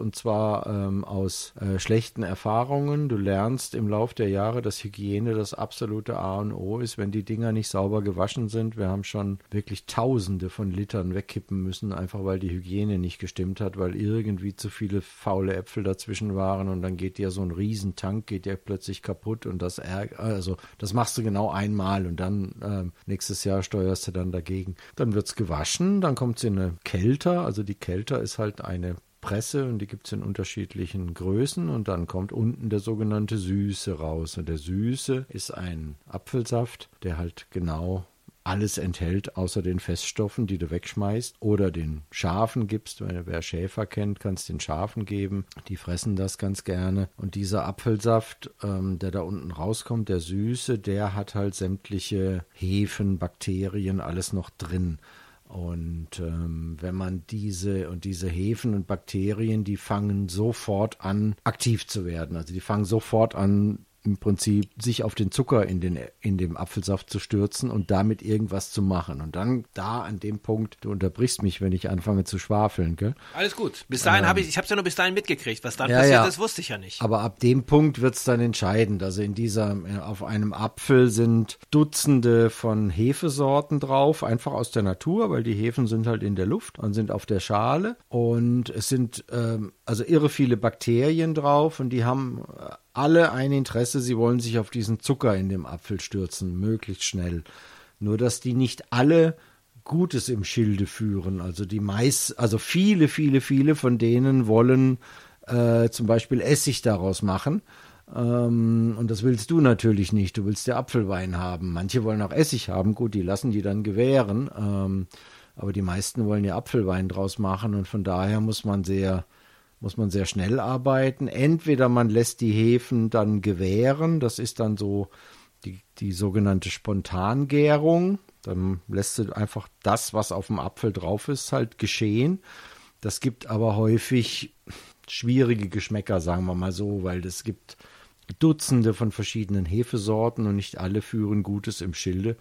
schlechten Erfahrungen. Du lernst im Lauf der Jahre, dass Hygiene das absolute A und O ist, wenn die Dinger nicht sauber gewaschen sind. Wir haben schon wirklich Tausende von Litern wegkippen müssen, einfach weil die Hygiene nicht gestimmt hat, weil irgendwie zu viele faule Äpfel dazwischen waren und dann geht dir so ein Riesentank, geht dir plötzlich kaputt und das machst du genau einmal und dann nächstes Jahr steuerst du dann dagegen. Dann wird's gewaschen, dann kommt es in eine Kelter, also die Kelter ist halt eine Presse und die gibt es in unterschiedlichen Größen und dann kommt unten der sogenannte Süße raus und der Süße ist ein Apfelsaft, der halt genau alles enthält, außer den Feststoffen, die du wegschmeißt oder den Schafen gibst. Wer Schäfer kennt, kann es den Schafen geben. Die fressen das ganz gerne. Und dieser Apfelsaft, der da unten rauskommt, der Süße, der hat halt sämtliche Hefen, Bakterien, alles noch drin. Und wenn man diese Hefen und Bakterien, die fangen sofort an, aktiv zu werden. Also die fangen sofort an, im Prinzip sich auf den Zucker in dem Apfelsaft zu stürzen und damit irgendwas zu machen. Und dann da an dem Punkt, du unterbrichst mich, wenn ich anfange zu schwafeln, gell? Alles gut. Bis dahin habe ich habe es ja nur bis dahin mitgekriegt. Was dann passiert ist, wusste ich ja nicht. Aber ab dem Punkt wird es dann entscheidend. Also auf einem Apfel sind Dutzende von Hefesorten drauf, einfach aus der Natur, weil die Hefen sind halt in der Luft und sind auf der Schale. Und es sind also irre viele Bakterien drauf und die haben alle ein Interesse, sie wollen sich auf diesen Zucker in dem Apfel stürzen, möglichst schnell. Nur, dass die nicht alle Gutes im Schilde führen. Also viele von denen wollen zum Beispiel Essig daraus machen. Und das willst du natürlich nicht. Du willst ja Apfelwein haben. Manche wollen auch Essig haben. Gut, die lassen die dann gewähren. Aber die meisten wollen ja Apfelwein draus machen. Und von daher muss man sehr schnell arbeiten. Entweder man lässt die Hefen dann gewähren. Das ist dann so die sogenannte Spontangärung. Dann lässt du einfach das, was auf dem Apfel drauf ist, halt geschehen. Das gibt aber häufig schwierige Geschmäcker, sagen wir mal so, weil es gibt Dutzende von verschiedenen Hefesorten und nicht alle führen Gutes im Schilde.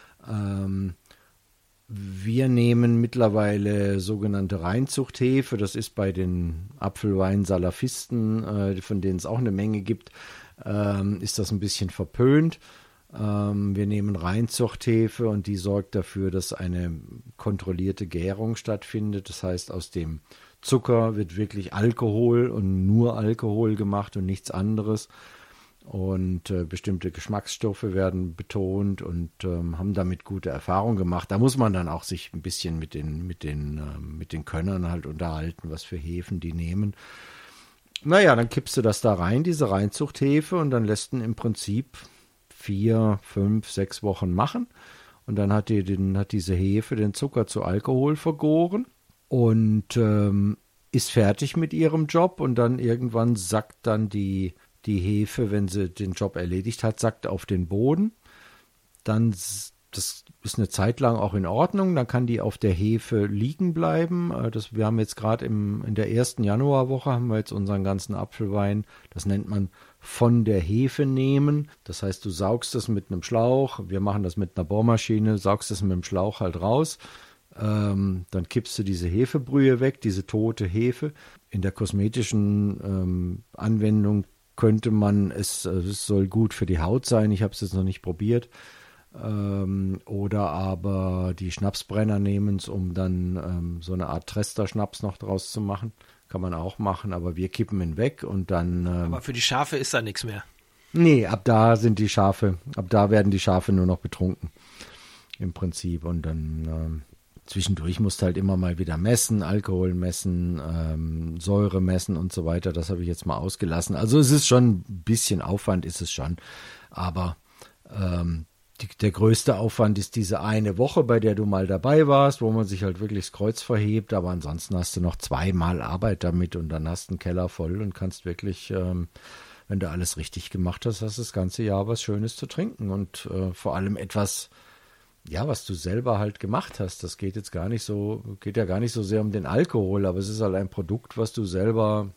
Wir nehmen mittlerweile sogenannte Reinzuchthefe. Das ist bei den Apfelwein-Salafisten, von denen es auch eine Menge gibt, ist das ein bisschen verpönt. Wir nehmen Reinzuchthefe und die sorgt dafür, dass eine kontrollierte Gärung stattfindet. Das heißt, aus dem Zucker wird wirklich Alkohol und nur Alkohol gemacht und nichts anderes. Und bestimmte Geschmacksstoffe werden betont und haben damit gute Erfahrungen gemacht. Da muss man dann auch sich ein bisschen mit den Könnern halt unterhalten, was für Hefen die nehmen. Naja, dann kippst du das da rein, diese Reinzuchthefe, und dann lässt du im Prinzip 4, 5, 6 Wochen machen. Und dann hat diese Hefe den Zucker zu Alkohol vergoren und ist fertig mit ihrem Job. Und dann irgendwann sackt dann die Hefe, wenn sie den Job erledigt hat, sackt auf den Boden. Dann, das ist eine Zeit lang auch in Ordnung, dann kann die auf der Hefe liegen bleiben. Wir haben jetzt gerade in der ersten Januarwoche haben wir jetzt unseren ganzen Apfelwein, das nennt man von der Hefe nehmen. Das heißt, du saugst das mit einem Schlauch, wir machen das mit einer Bohrmaschine, saugst es mit dem Schlauch halt raus. Dann kippst du diese Hefebrühe weg, diese tote Hefe. In der kosmetischen Anwendung könnte man, es soll gut für die Haut sein, ich habe es jetzt noch nicht probiert, oder aber die Schnapsbrenner nehmen es, um dann so eine Art Trester-Schnaps noch draus zu machen. Kann man auch machen, aber wir kippen ihn weg und dann... aber für die Schafe ist da nichts mehr. Nee, ab da werden die Schafe nur noch betrunken, im Prinzip. Und dann zwischendurch musst du halt immer mal wieder messen, Alkohol messen, Säure messen und so weiter. Das habe ich jetzt mal ausgelassen. Also es ist schon ein bisschen Aufwand, ist es schon. Aber der größte Aufwand ist diese eine Woche, bei der du mal dabei warst, wo man sich halt wirklich das Kreuz verhebt. Aber ansonsten hast du noch 2-mal Arbeit damit und dann hast du einen Keller voll und kannst wirklich, wenn du alles richtig gemacht hast, das ganze Jahr was Schönes zu trinken und vor allem etwas, ja, was du selber halt gemacht hast. Das geht ja gar nicht so sehr um den Alkohol, aber es ist halt ein Produkt, wo du selber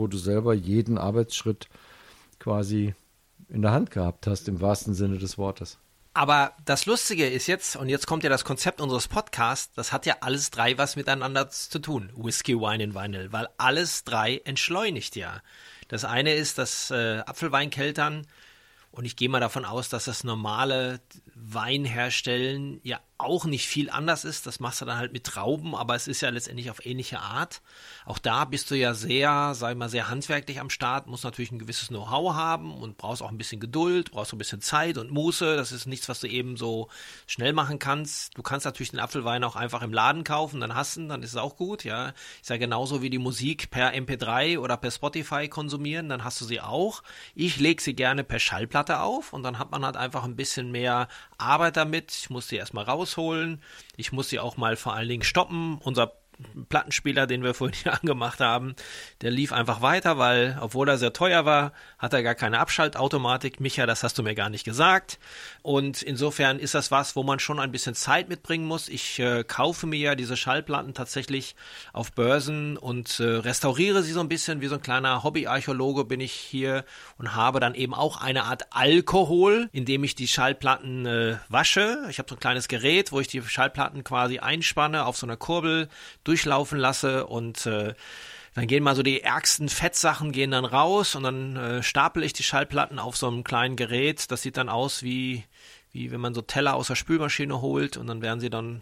jeden Arbeitsschritt quasi in der Hand gehabt hast, im wahrsten Sinne des Wortes. Aber das Lustige ist jetzt, und jetzt kommt ja das Konzept unseres Podcasts, das hat ja alles 3 was miteinander zu tun. Whisky, Wine und Vinyl, weil alles 3 entschleunigt ja. Das eine ist das Apfelweinkeltern, und ich gehe mal davon aus, dass das normale Weinherstellen ja auch nicht viel anders ist. Das machst du dann halt mit Trauben, aber es ist ja letztendlich auf ähnliche Art. Auch da bist du ja sehr, sag ich mal, sehr handwerklich am Start, musst natürlich ein gewisses Know-how haben und brauchst auch ein bisschen Geduld, brauchst ein bisschen Zeit und Muße. Das ist nichts, was du eben so schnell machen kannst. Du kannst natürlich den Apfelwein auch einfach im Laden kaufen, dann hast du ihn, dann ist es auch gut, ja. Ist ja genauso wie die Musik per MP3 oder per Spotify konsumieren, dann hast du sie auch. Ich lege sie gerne per Schallplatte auf und dann hat man halt einfach ein bisschen mehr Arbeit damit. Ich muss sie erstmal rausholen. Ich muss sie auch mal vor allen Dingen stoppen. Unser Plattenspieler, den wir vorhin hier angemacht haben, der lief einfach weiter, weil, obwohl er sehr teuer war, hat er gar keine Abschaltautomatik. Micha, das hast du mir gar nicht gesagt. Und insofern ist das was, wo man schon ein bisschen Zeit mitbringen muss. Ich kaufe mir ja diese Schallplatten tatsächlich auf Börsen und restauriere sie so ein bisschen. Wie so ein kleiner Hobbyarchäologe bin ich hier und habe dann eben auch eine Art Alkohol, indem ich die Schallplatten wasche. Ich habe so ein kleines Gerät, wo ich die Schallplatten quasi einspanne, auf so einer Kurbel durchlaufen lasse und dann gehen mal so die ärgsten Fettsachen gehen dann raus und dann stapel ich die Schallplatten auf so einem kleinen Gerät. Das sieht dann aus wie wenn man so Teller aus der Spülmaschine holt und dann werden sie dann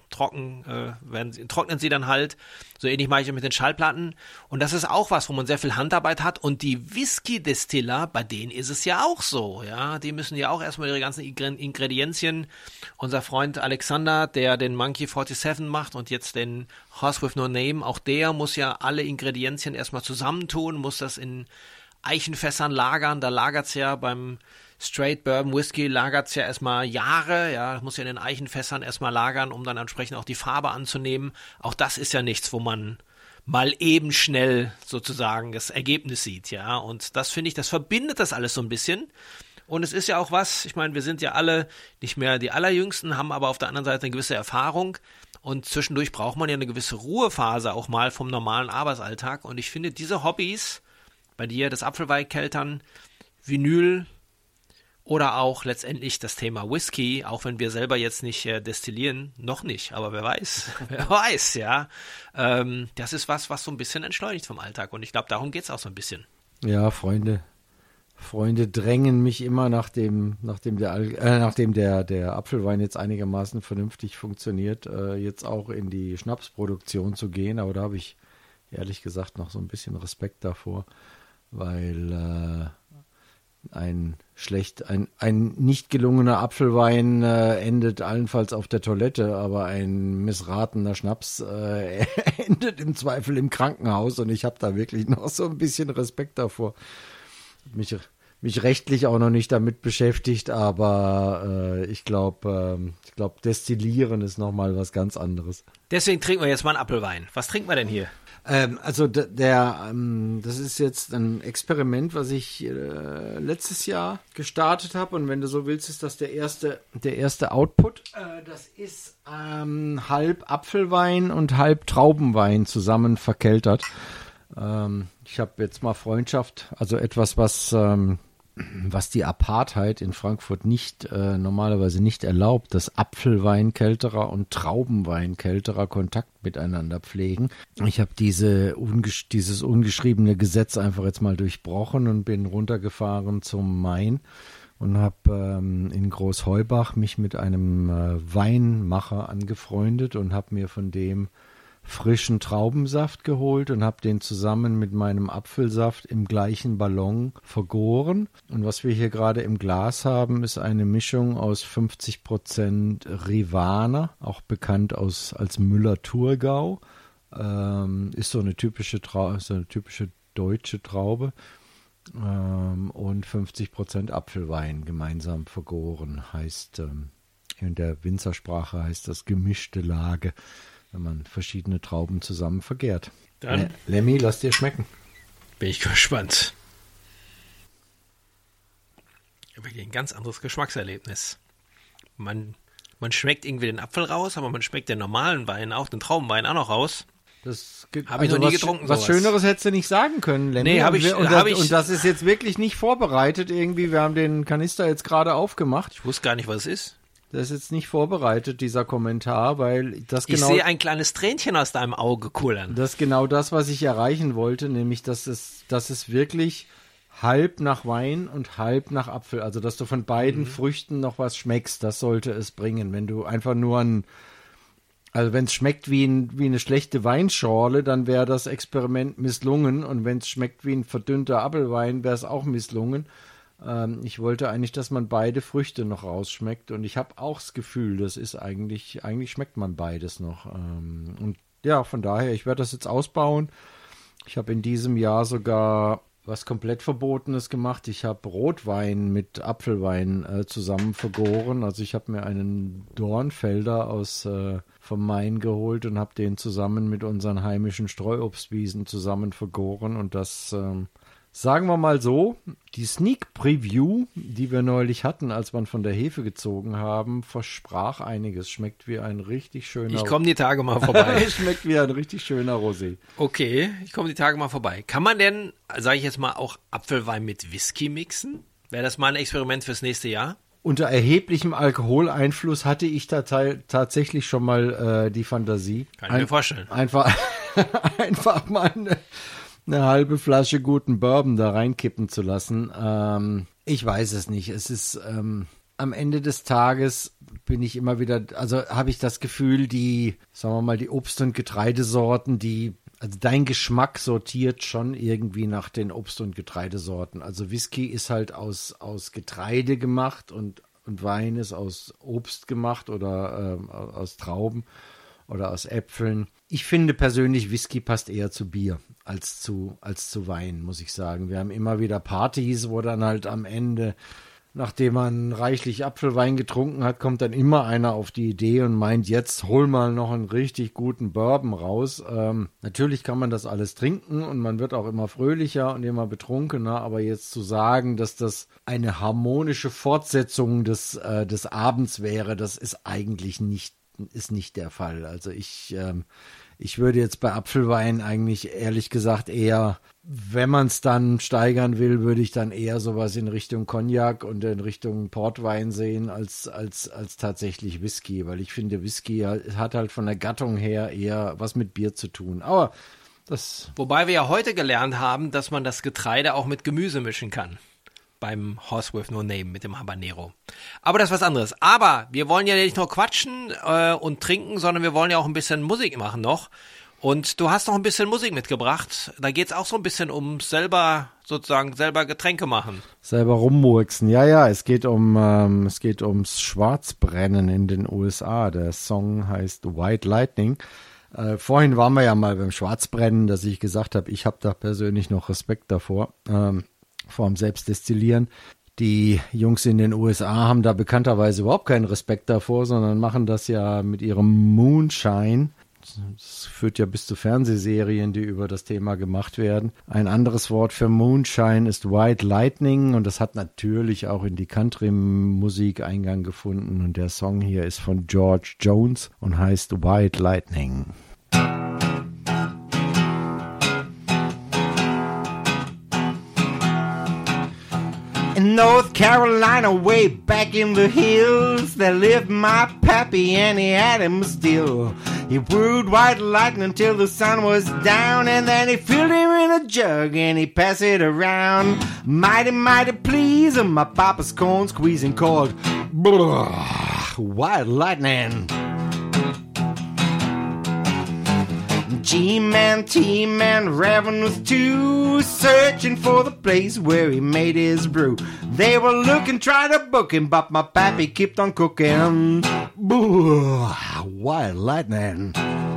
trocknen sie dann halt. So ähnlich mache ich mit den Schallplatten. Und das ist auch was, wo man sehr viel Handarbeit hat. Und die Whisky-Destiller, bei denen ist es ja auch so. Ja, die müssen ja auch erstmal ihre ganzen Ingredienzien. Unser Freund Alexander, der den Monkey 47 macht und jetzt den Horse with No Name, auch der muss ja alle Ingredienzien erstmal zusammentun, muss das in Eichenfässern lagern. Da lagert's ja beim Straight Bourbon Whisky lagert's ja erstmal Jahre, ja, muss ja in den Eichenfässern erstmal lagern, um dann entsprechend auch die Farbe anzunehmen. Auch das ist ja nichts, wo man mal eben schnell sozusagen das Ergebnis sieht, ja. Und das finde ich, das verbindet das alles so ein bisschen. Und es ist ja auch was, ich meine, wir sind ja alle nicht mehr die Allerjüngsten, haben aber auf der anderen Seite eine gewisse Erfahrung. Und zwischendurch braucht man ja eine gewisse Ruhephase auch mal vom normalen Arbeitsalltag. Und ich finde, diese Hobbys, bei dir das Apfelweinkeltern, Vinyl, oder auch letztendlich das Thema Whisky, auch wenn wir selber jetzt nicht destillieren, noch nicht, aber wer weiß, ja. Das ist was so ein bisschen entschleunigt vom Alltag und ich glaube, darum geht es auch so ein bisschen. Ja, Freunde drängen mich immer, nachdem der Apfelwein jetzt einigermaßen vernünftig funktioniert, jetzt auch in die Schnapsproduktion zu gehen, aber da habe ich ehrlich gesagt noch so ein bisschen Respekt davor, weil ein nicht gelungener Apfelwein endet allenfalls auf der Toilette, aber ein missratener Schnaps endet im Zweifel im Krankenhaus und ich habe da wirklich noch so ein bisschen Respekt davor. Mich rechtlich auch noch nicht damit beschäftigt, aber ich glaube, Destillieren ist nochmal was ganz anderes. Deswegen trinken wir jetzt mal einen Apfelwein. Was trinken wir denn hier? Also das ist jetzt ein Experiment, was ich letztes Jahr gestartet habe und wenn du so willst, ist das der erste Output. Das ist halb Apfelwein und halb Traubenwein zusammen verkeltert. Ich habe jetzt mal Freundschaft, also etwas, was die Apartheid in Frankfurt normalerweise nicht erlaubt, dass Apfelweinkälterer und Traubenweinkälterer Kontakt miteinander pflegen. Ich habe dieses ungeschriebene Gesetz einfach jetzt mal durchbrochen und bin runtergefahren zum Main und habe in Großheubach mich mit einem Weinmacher angefreundet und habe mir von dem frischen Traubensaft geholt und habe den zusammen mit meinem Apfelsaft im gleichen Ballon vergoren. Und was wir hier gerade im Glas haben, ist eine Mischung aus 50% Rivaner, auch bekannt als Müller-Thurgau. Ist so eine typische deutsche Traube. Und 50% Apfelwein gemeinsam vergoren. Heißt, in der Winzersprache heißt das gemischte Lage, wenn man verschiedene Trauben zusammen vergärt. Dann Lemmy, lass dir schmecken. Bin ich gespannt. Wirklich ein ganz anderes Geschmackserlebnis. Man schmeckt irgendwie den Apfel raus, aber man schmeckt den normalen Wein auch, den Traubenwein auch noch raus. Habe ich noch nie getrunken. Was Schöneres hättest du nicht sagen können, Lemmy. Nee, habe ich. Und das ist jetzt wirklich nicht vorbereitet irgendwie. Wir haben den Kanister jetzt gerade aufgemacht. Ich wusste gar nicht, was es ist. Das ist jetzt nicht vorbereitet, dieser Kommentar, weil das genau... Ich sehe ein kleines Tränchen aus deinem Auge kullern. Das ist genau das, was ich erreichen wollte, nämlich, dass es wirklich halb nach Wein und halb nach Apfel, also dass du von beiden Früchten noch was schmeckst, das sollte es bringen. Wenn du einfach nur also wenn es schmeckt wie eine schlechte Weinschorle, dann wäre das Experiment misslungen und wenn es schmeckt wie ein verdünnter Apfelwein, wäre es auch misslungen. Ich wollte eigentlich, dass man beide Früchte noch rausschmeckt und ich habe auch das Gefühl, das ist eigentlich schmeckt man beides noch. Und ja, von daher, ich werde das jetzt ausbauen. Ich habe in diesem Jahr sogar was komplett Verbotenes gemacht. Ich habe Rotwein mit Apfelwein zusammen vergoren. Also ich habe mir einen Dornfelder vom Main geholt und habe den zusammen mit unseren heimischen Streuobstwiesen zusammen vergoren und das... Sagen wir mal so, die Sneak Preview, die wir neulich hatten, als wir von der Hefe gezogen haben, versprach einiges. Schmeckt wie ein richtig schöner... Ich komme die Tage mal vorbei. Schmeckt wie ein richtig schöner Rosé. Okay, ich komme die Tage mal vorbei. Kann man denn, sage ich jetzt mal, auch Apfelwein mit Whisky mixen? Wäre das mal ein Experiment fürs nächste Jahr? Unter erheblichem Alkoholeinfluss hatte ich da tatsächlich schon mal die Fantasie. Kann ich mir vorstellen. Einfach mal eine halbe Flasche guten Bourbon da reinkippen zu lassen. Ich weiß es nicht. Es ist am Ende des Tages bin ich immer wieder, also habe ich das Gefühl, sagen wir mal, die Obst- und Getreidesorten, also dein Geschmack sortiert schon irgendwie nach den Obst- und Getreidesorten. Also Whisky ist halt aus Getreide gemacht und Wein ist aus Obst gemacht oder aus Trauben oder aus Äpfeln. Ich finde persönlich, Whisky passt eher zu Bier als zu Wein, muss ich sagen. Wir haben immer wieder Partys, wo dann halt am Ende, nachdem man reichlich Apfelwein getrunken hat, kommt dann immer einer auf die Idee und meint, jetzt hol mal noch einen richtig guten Bourbon raus. Natürlich kann man das alles trinken und man wird auch immer fröhlicher und immer betrunkener, aber jetzt zu sagen, dass das eine harmonische Fortsetzung des Abends wäre, das ist eigentlich nicht der Fall. Also ich würde jetzt bei Apfelwein eigentlich ehrlich gesagt eher, wenn man es dann steigern will, würde ich dann eher sowas in Richtung Cognac und in Richtung Portwein sehen als tatsächlich Whisky, weil ich finde, Whisky hat halt von der Gattung her eher was mit Bier zu tun. Aber Wobei wir ja heute gelernt haben, dass man das Getreide auch mit Gemüse mischen kann. Beim Horse with No Name mit dem Habanero. Aber das ist was anderes. Aber wir wollen ja nicht nur quatschen und trinken, sondern wir wollen ja auch ein bisschen Musik machen noch. Und du hast noch ein bisschen Musik mitgebracht. Da geht es auch so ein bisschen um selber Getränke machen. Selber rummurksen. Ja, es geht ums Schwarzbrennen in den USA. Der Song heißt White Lightning. Vorhin waren wir ja mal beim Schwarzbrennen, dass ich gesagt habe, ich habe da persönlich noch Respekt davor. Vor dem Selbstdestillieren. Die Jungs in den USA haben da bekannterweise überhaupt keinen Respekt davor, sondern machen das ja mit ihrem Moonshine. Das führt ja bis zu Fernsehserien, die über das Thema gemacht werden. Ein anderes Wort für Moonshine ist White Lightning und das hat natürlich auch in die Country-Musik Eingang gefunden. Und der Song hier ist von George Jones und heißt White Lightning. In North Carolina, way back in the hills, there lived my pappy and he had him still. He brewed white lightning till the sun was down, and then he filled him in a jug and he passed it around. Mighty, mighty pleasing, my papa's corn squeezing called white lightning. G-Man, T-Man, revenues too, searching for the place where he made his brew. They were looking, trying to book him, but my pappy kept on cooking. Boo, white lightning.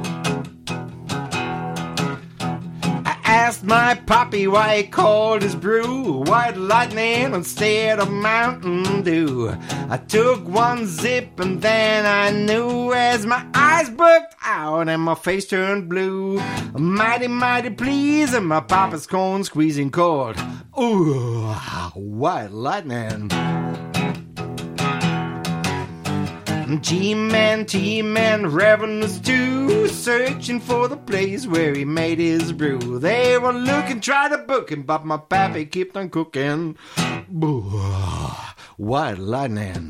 I asked my pappy why he called his brew White Lightning instead of Mountain Dew. I took one sip and then I knew as my eyes bugged out and my face turned blue. Mighty, mighty pleasing, my papa's corn squeezing cold. Ooh, White Lightning. G-Man, T-Man, revenues too, searching for the place where he made his brew. They were looking, trying to book him, but my pappy kept on cooking. Boo, White Lightning.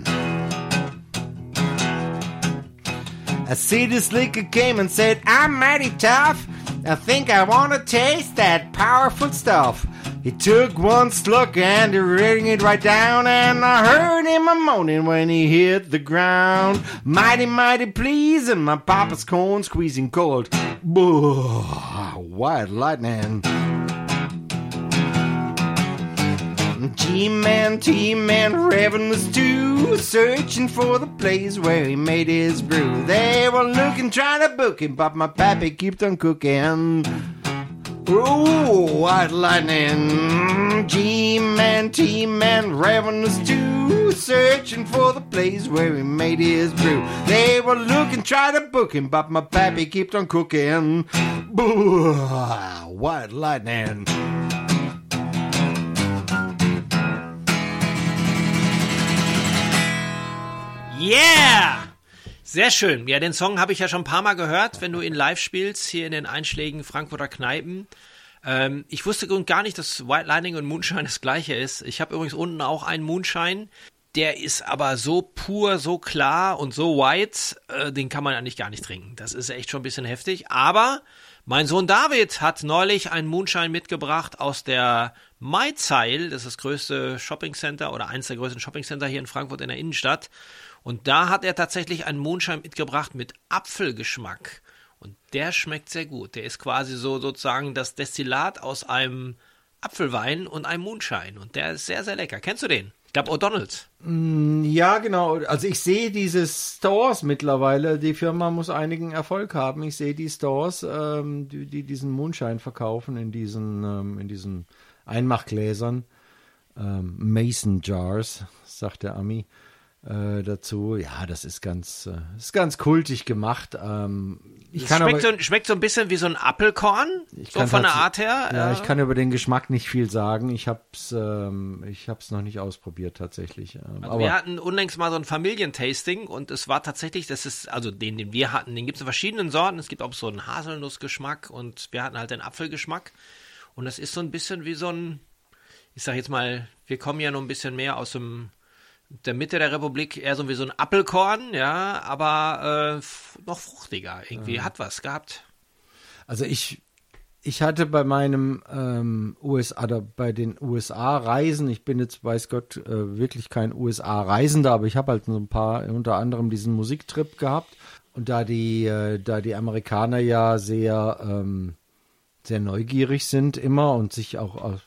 A city slicker came and said, I'm mighty tough. I think I want to taste that powerful stuff. He took one slug and he wrung it right down, and I heard him a moaning when he hit the ground. Mighty, mighty pleasing, my papa's corn squeezing cold. Boo, White Lightning. G-Man, T-Man, revenues too, searching for the place where he made his brew. They were looking, trying to book him, but my pappy kept on cooking. Ooh, White Lightning. G-Man, T-Man, revenues too, searching for the place where he made his brew. They were looking, trying to book him, but my pappy kept on cooking. Boo, White Lightning. Yeah! Sehr schön. Ja, den Song habe ich ja schon ein paar Mal gehört, wenn du ihn live spielst, hier in den einschlägigen Frankfurter Kneipen. Ich wusste gar nicht, dass White Lightning und Moonshine das gleiche ist. Ich habe übrigens unten auch einen Moonshine. Der ist aber so pur, so klar und so white, den kann man eigentlich gar nicht trinken. Das ist echt schon ein bisschen heftig. Aber mein Sohn David hat neulich einen Moonshine mitgebracht aus der Maizeil. Das ist das größte Shoppingcenter oder eins der größten Shoppingcenter hier in Frankfurt in der Innenstadt. Und da hat er tatsächlich einen Moonshine mitgebracht mit Apfelgeschmack. Und der schmeckt sehr gut. Der ist quasi so sozusagen das Destillat aus einem Apfelwein und einem Moonshine. Und der ist sehr, sehr lecker. Kennst du den? glaube O'Donnell's. Ja, genau. Also ich sehe diese Stores mittlerweile. Die Firma muss einigen Erfolg haben. Ich sehe die Stores, die diesen Moonshine verkaufen in diesen Einmachgläsern. Mason Jars, sagt der Ami dazu. Ja, das ist ganz kultig gemacht. Schmeckt so ein bisschen wie so ein Apfelkorn, so von der Art her. Ja, ich kann über den Geschmack nicht viel sagen. Ich hab's noch nicht ausprobiert tatsächlich. Also wir hatten unlängst mal so ein Familientasting und es war tatsächlich, den wir hatten, den gibt es in verschiedenen Sorten. Es gibt auch so einen Haselnussgeschmack und wir hatten halt den Apfelgeschmack. Und das ist so ein bisschen wie so ein, ich sag jetzt mal, wir kommen ja noch ein bisschen mehr aus der Mitte der Republik, eher so wie so ein Apfelkorn, ja, aber noch fruchtiger. Irgendwie hat was gehabt. Also ich hatte bei meinem bei den USA-Reisen, ich bin jetzt, weiß Gott, wirklich kein USA-Reisender, aber ich habe halt so ein paar, unter anderem diesen Musiktrip gehabt. Und da die Amerikaner ja sehr neugierig sind immer und sich auch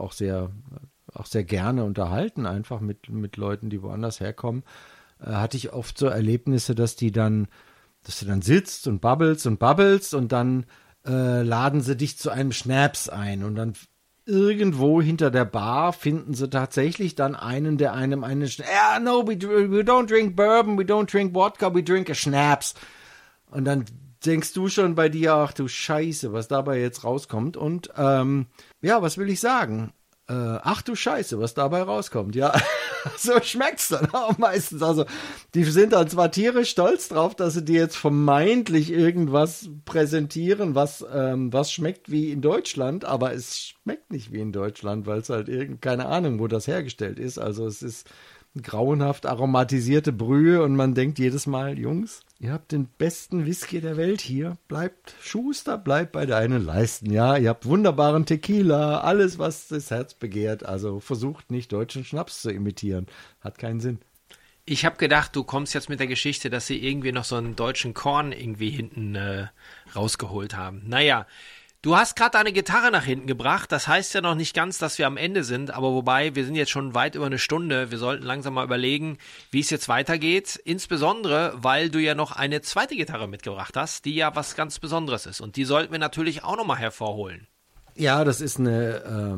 sehr gerne unterhalten, einfach mit Leuten, die woanders herkommen, hatte ich oft so Erlebnisse, dass du dann sitzt und babbelst und dann laden sie dich zu einem Schnaps ein und dann irgendwo hinter der Bar finden sie tatsächlich dann einen, der einem we don't drink bourbon, we don't drink vodka, we drink a Schnaps. Und dann denkst du schon bei dir, ach du Scheiße, was dabei jetzt rauskommt. Und was will ich sagen? Ach du Scheiße, was dabei rauskommt. Ja, so schmeckt's dann auch meistens. Also die sind dann zwar tierisch stolz drauf, dass sie dir jetzt vermeintlich irgendwas präsentieren, was schmeckt wie in Deutschland, aber es schmeckt nicht wie in Deutschland, weil es halt keine Ahnung, wo das hergestellt ist. Also es ist grauenhaft aromatisierte Brühe und man denkt jedes Mal, Jungs, ihr habt den besten Whisky der Welt hier, bleibt bei deinen Leisten, ja, ihr habt wunderbaren Tequila, alles, was das Herz begehrt, also versucht nicht deutschen Schnaps zu imitieren, hat keinen Sinn. Ich habe gedacht, du kommst jetzt mit der Geschichte, dass sie irgendwie noch so einen deutschen Korn irgendwie hinten rausgeholt haben. Naja, du hast gerade deine Gitarre nach hinten gebracht, das heißt ja noch nicht ganz, dass wir am Ende sind, aber wobei, wir sind jetzt schon weit über eine Stunde, wir sollten langsam mal überlegen, wie es jetzt weitergeht, insbesondere, weil du ja noch eine zweite Gitarre mitgebracht hast, die ja was ganz Besonderes ist und die sollten wir natürlich auch nochmal hervorholen. Ja, das ist der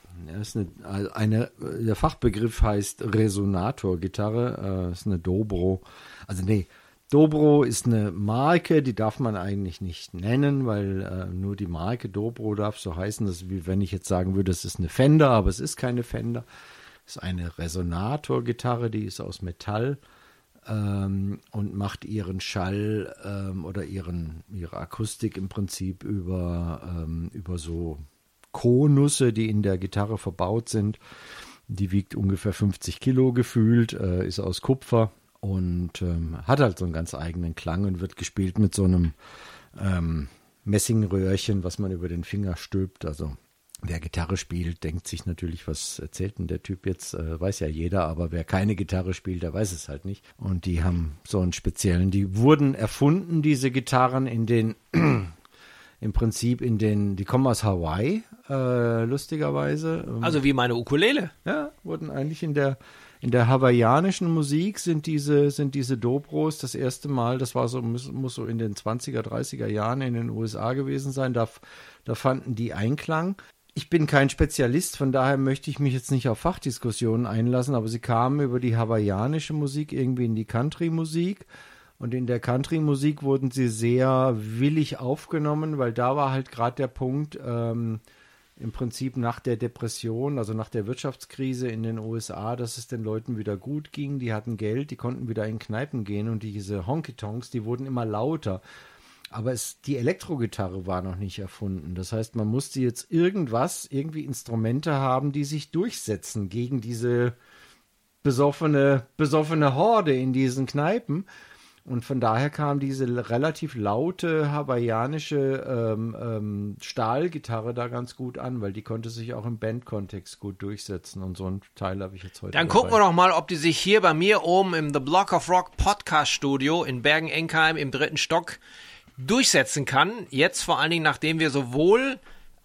Fachbegriff heißt Resonator-Gitarre, ist eine Dobro, Dobro ist eine Marke, die darf man eigentlich nicht nennen, weil nur die Marke Dobro darf so heißen, dass, wie wenn ich jetzt sagen würde, es ist eine Fender, aber es ist keine Fender. Es ist eine Resonator-Gitarre, die ist aus Metall und macht ihren Schall oder ihre Akustik im Prinzip über so Konusse, die in der Gitarre verbaut sind. Die wiegt ungefähr 50 Kilo gefühlt, ist aus Kupfer. Und hat halt so einen ganz eigenen Klang und wird gespielt mit so einem Messingröhrchen, was man über den Finger stülpt. Also wer Gitarre spielt, denkt sich natürlich, was erzählt denn der Typ jetzt? Weiß ja jeder, aber wer keine Gitarre spielt, der weiß es halt nicht. Und die haben so einen speziellen, die wurden erfunden, diese Gitarren die kommen aus Hawaii, lustigerweise. Also wie meine Ukulele. Ja, wurden eigentlich in der hawaiianischen Musik sind diese Dobros das erste Mal, das war muss so in den 20er, 30er Jahren in den USA gewesen sein, da fanden die Einklang. Ich bin kein Spezialist, von daher möchte ich mich jetzt nicht auf Fachdiskussionen einlassen, aber sie kamen über die hawaiianische Musik irgendwie in die Country-Musik und in der Country-Musik wurden sie sehr willig aufgenommen, weil da war halt gerade der Punkt, im Prinzip nach der Depression, also nach der Wirtschaftskrise in den USA, dass es den Leuten wieder gut ging, die hatten Geld, die konnten wieder in Kneipen gehen und diese Honky-Tonks, die wurden immer lauter. Aber die Elektrogitarre war noch nicht erfunden. Das heißt, man musste jetzt irgendwie Instrumente haben, die sich durchsetzen gegen diese besoffene Horde in diesen Kneipen. Und von daher kam diese relativ laute hawaiianische Stahlgitarre da ganz gut an, weil die konnte sich auch im Bandkontext gut durchsetzen. Und so ein Teil habe ich jetzt heute Dann gucken wir doch mal, ob die sich hier bei mir oben im The Block of Rock Podcast Studio in Bergen-Enkheim im 3. Stock durchsetzen kann. Jetzt vor allen Dingen, nachdem wir sowohl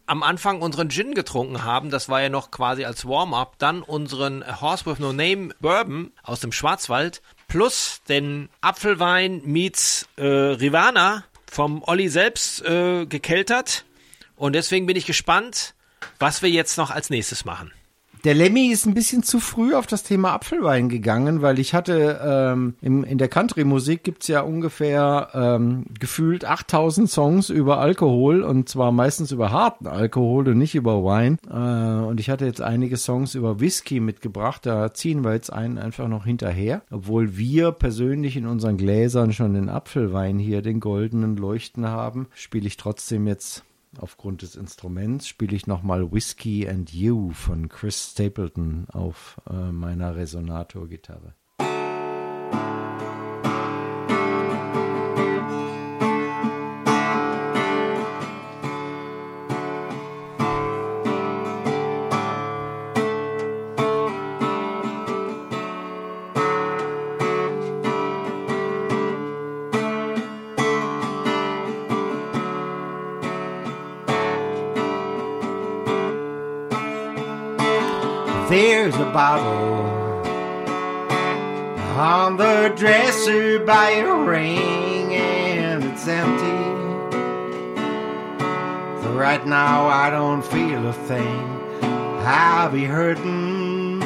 am Anfang unseren Gin getrunken haben, das war ja noch quasi als Warm-up, dann unseren Horse with No Name Bourbon aus dem Schwarzwald, plus den Apfelwein meets Rivana vom Olli selbst gekeltert. Und deswegen bin ich gespannt, was wir jetzt noch als nächstes machen. Der Lemmy ist ein bisschen zu früh auf das Thema Apfelwein gegangen, weil ich hatte, in der Country-Musik gibt's ja ungefähr gefühlt 8000 Songs über Alkohol und zwar meistens über harten Alkohol und nicht über Wein. Und ich hatte jetzt einige Songs über Whisky mitgebracht, da ziehen wir jetzt einen einfach noch hinterher. Obwohl wir persönlich in unseren Gläsern schon den Apfelwein hier, den goldenen Leuchten haben, spiele ich trotzdem jetzt... Aufgrund des Instruments spiele ich nochmal Whiskey and You von Chris Stapleton auf meiner Resonator-Gitarre. There's a bottle on the dresser by your ring and it's empty. So right now I don't feel a thing. I'll be hurting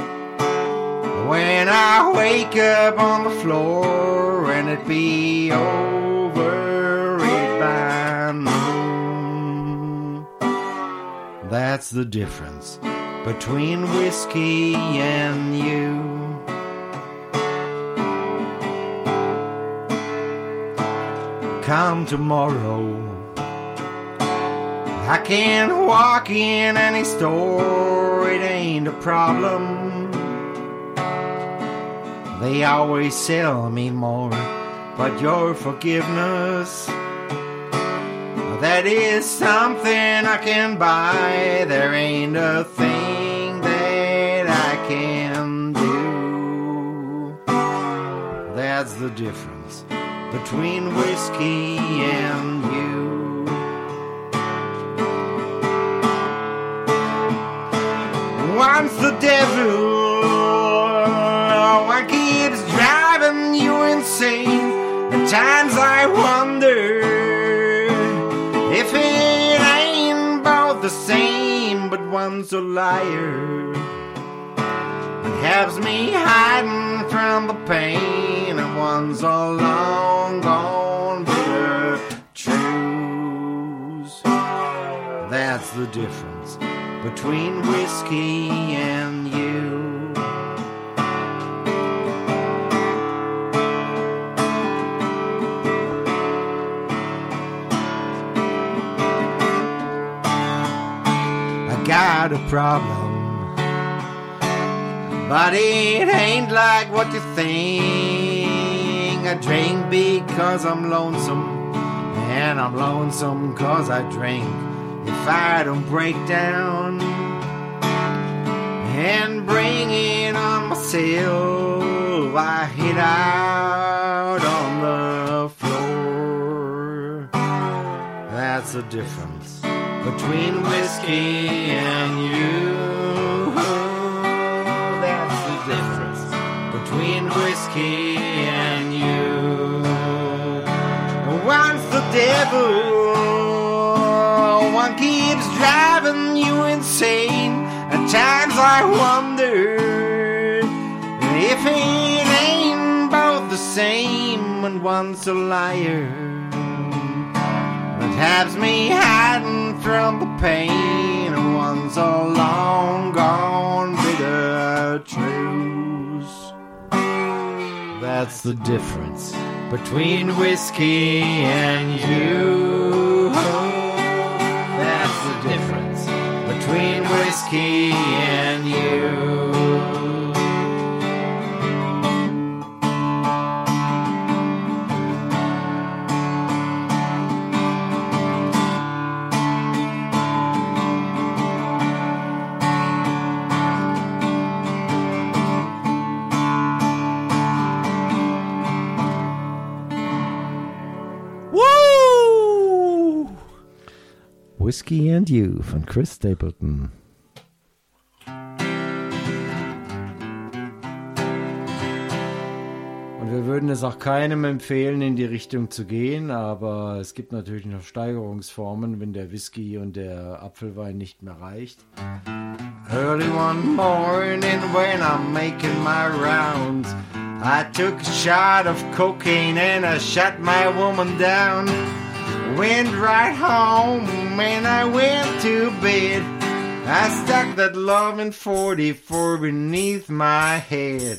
when I wake up on the floor and it be over right by noon. That's the difference between whiskey and you. Come tomorrow, I can walk in any store, it ain't a problem. They always sell me more, but your forgiveness, that is something I can buy. There ain't a thing that I can do. That's the difference between whiskey and you. Once the devil, one keeps driving you insane. At times I wonder if it ain't both the same, but one's a liar and has me hiding from the pain, and one's a long gone bitter truth. That's the difference between whiskey and you. Got a problem, but it ain't like what you think. I drink because I'm lonesome, and I'm lonesome cause I drink. If I don't break down and bring it on myself, I hit out on the floor. That's the difference between whiskey and you. That's the difference between whiskey and you. Once the devil, one keeps driving you insane. At times I wonder if it ain't both the same, and one's a liar that has me hiding from the pain, and one's a long gone bitter truth. That's the difference between whiskey and you. That's the difference between whiskey and you. Whiskey and You von Chris Stapleton. Und wir würden es auch keinem empfehlen, in die Richtung zu gehen, aber es gibt natürlich noch Steigerungsformen, wenn der Whisky und der Apfelwein nicht mehr reicht. Early one morning when I'm making my rounds, I took a shot of cocaine and I shut my woman down. Went right home and I went to bed. I stuck that loving 44 beneath my head.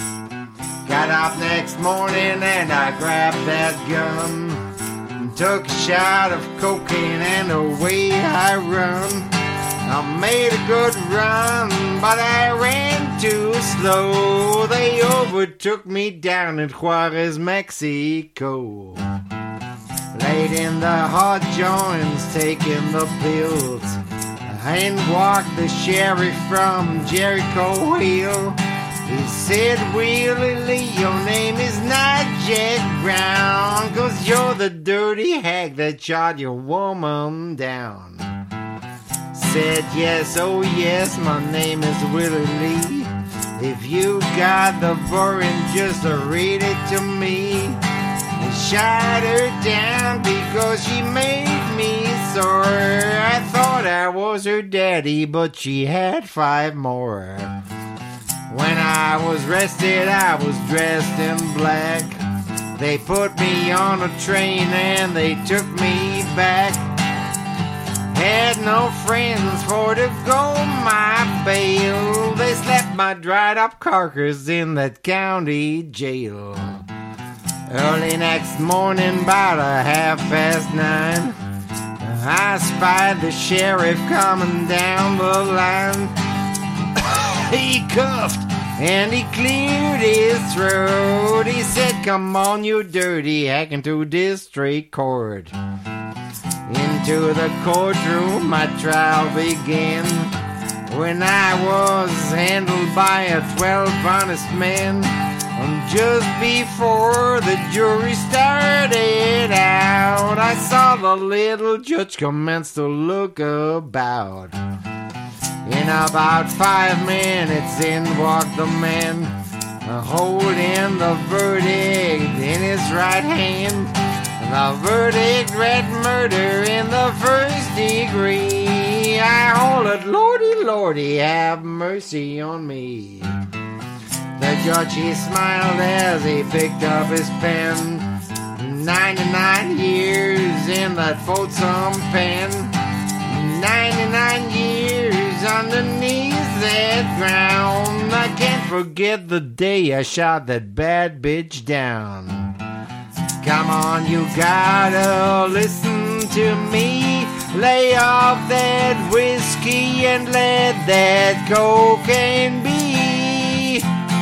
Got up next morning and I grabbed that gun. Took a shot of cocaine and away I run. I made a good run, but I ran too slow. They overtook me down in Juarez, Mexico. Laid in the hot joints, taking the pills. And walked the sheriff from Jericho Hill. He said, Willie Lee, your name is not Jack Brown, 'cause you're the dirty hag that shot your woman down. Said, yes, oh yes, my name is Willie Lee. If you got the burrin', just read it to me. And shot her down because she made me sore. I thought I was her daddy, but she had 5 more. When I was rested, I was dressed in black. They put me on a train and they took me back. Had no friends for to go my bail. They slept my dried up carcass in that county jail. Early next morning, about 9:30, I spied the sheriff coming down the line. He cuffed and he cleared his throat. He said, come on, you dirty hack, into district court. Into the courtroom my trial began, when I was handled by 12 honest men. And just before the jury started out, I saw the little judge commence to look about. In about 5 minutes in walked the man, holding the verdict in his right hand. The verdict read murder in the 1st degree. I hollered, Lordy, Lordy, have mercy on me. The judge, he smiled as he picked up his pen. 99 years in that Folsom pen. 99 years underneath that ground. I can't forget the day I shot that bad bitch down. Come on, you gotta listen to me. Lay off that whiskey and let that cocaine be.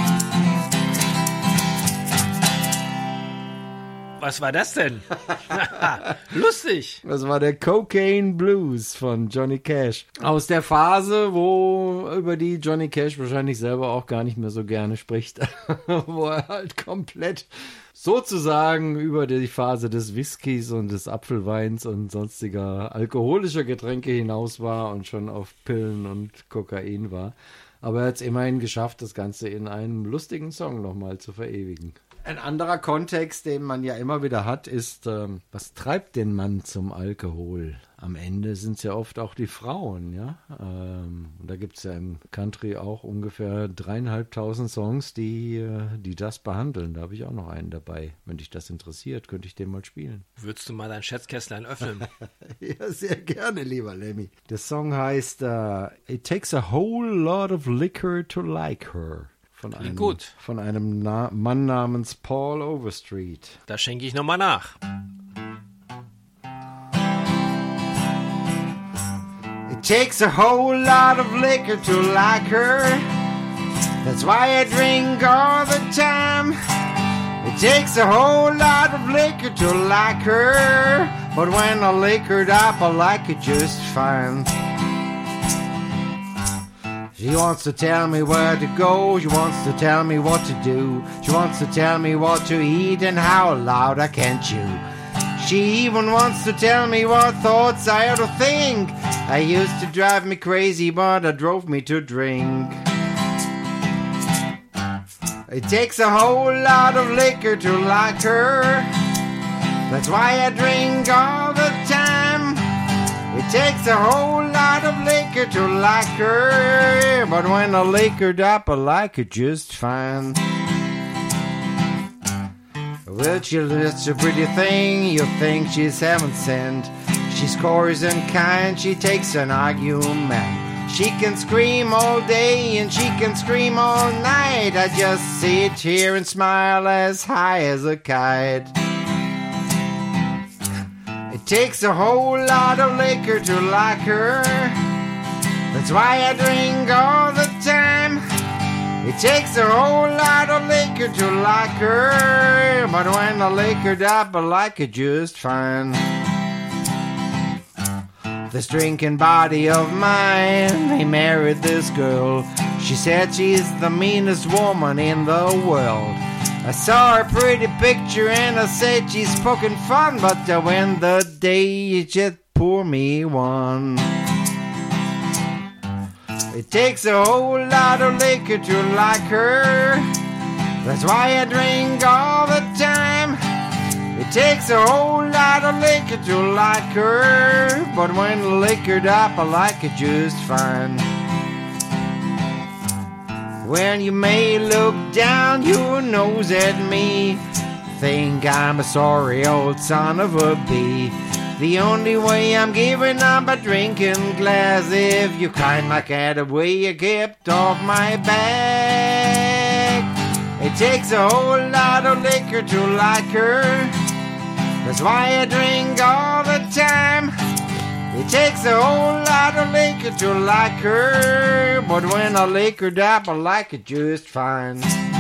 Was war das denn? Lustig. Das war der Cocaine Blues von Johnny Cash. Aus der Phase, über die Johnny Cash wahrscheinlich selber auch gar nicht mehr so gerne spricht. Wo er halt komplett sozusagen über die Phase des Whiskys und des Apfelweins und sonstiger alkoholischer Getränke hinaus war und schon auf Pillen und Kokain war. Aber er hat es immerhin geschafft, das Ganze in einem lustigen Song nochmal zu verewigen. Ein anderer Kontext, den man ja immer wieder hat, ist, was treibt den Mann zum Alkohol? Am Ende sind es ja oft auch die Frauen, ja. Und da gibt es ja im Country auch ungefähr 3.500 Songs, die das behandeln. Da habe ich auch noch einen dabei. Wenn dich das interessiert, könnte ich den mal spielen. Würdest du mal dein Schätzkästlein öffnen? Ja, sehr gerne, lieber Lemmy. Der Song heißt It Takes a Whole Lot of Liquor to Like Her. Von einem Mann namens Paul Overstreet. Da schenke ich nochmal nach. It takes a whole lot of liquor to like her. That's why I drink all the time. It takes a whole lot of liquor to like her. But when I liquored up, I like it just fine. She wants to tell me where to go, she wants to tell me what to do, she wants to tell me what to eat and how loud I can chew. She even wants to tell me what thoughts I ought to think. I used to drive me crazy, but it drove me to drink. It takes a whole lot of liquor to like her. That's why I drink all the time. It takes a whole lot of liquor to like her. But when I liquored up, I like her just fine. Well, she's just a pretty thing, you think she's heaven sent. She scores and kind, she takes an argument. She can scream all day and she can scream all night. I just sit here and smile as high as a kite. It takes a whole lot of liquor to like her. That's why I drink all the time. It takes a whole lot of liquor to like her. But when I liquored up, I like her just fine. This drinking body of mine, he married this girl. She said she's the meanest woman in the world. I saw her pretty picture and I said she's fucking fun. But when the day just pour me one. It takes a whole lot of liquor to like her. That's why I drink all the time. It takes a whole lot of liquor to like her. But when liquored up, I like it just fine. When you may look down your nose at me, think I'm a sorry old son of a bee. The only way I'm giving up a drinking glass, if you kind my cat away, you kept off my back. It takes a whole lot of liquor to like her. That's why I drink all the time. It takes a whole lot of liquor to like her. But when I liquored up, I like it just fine.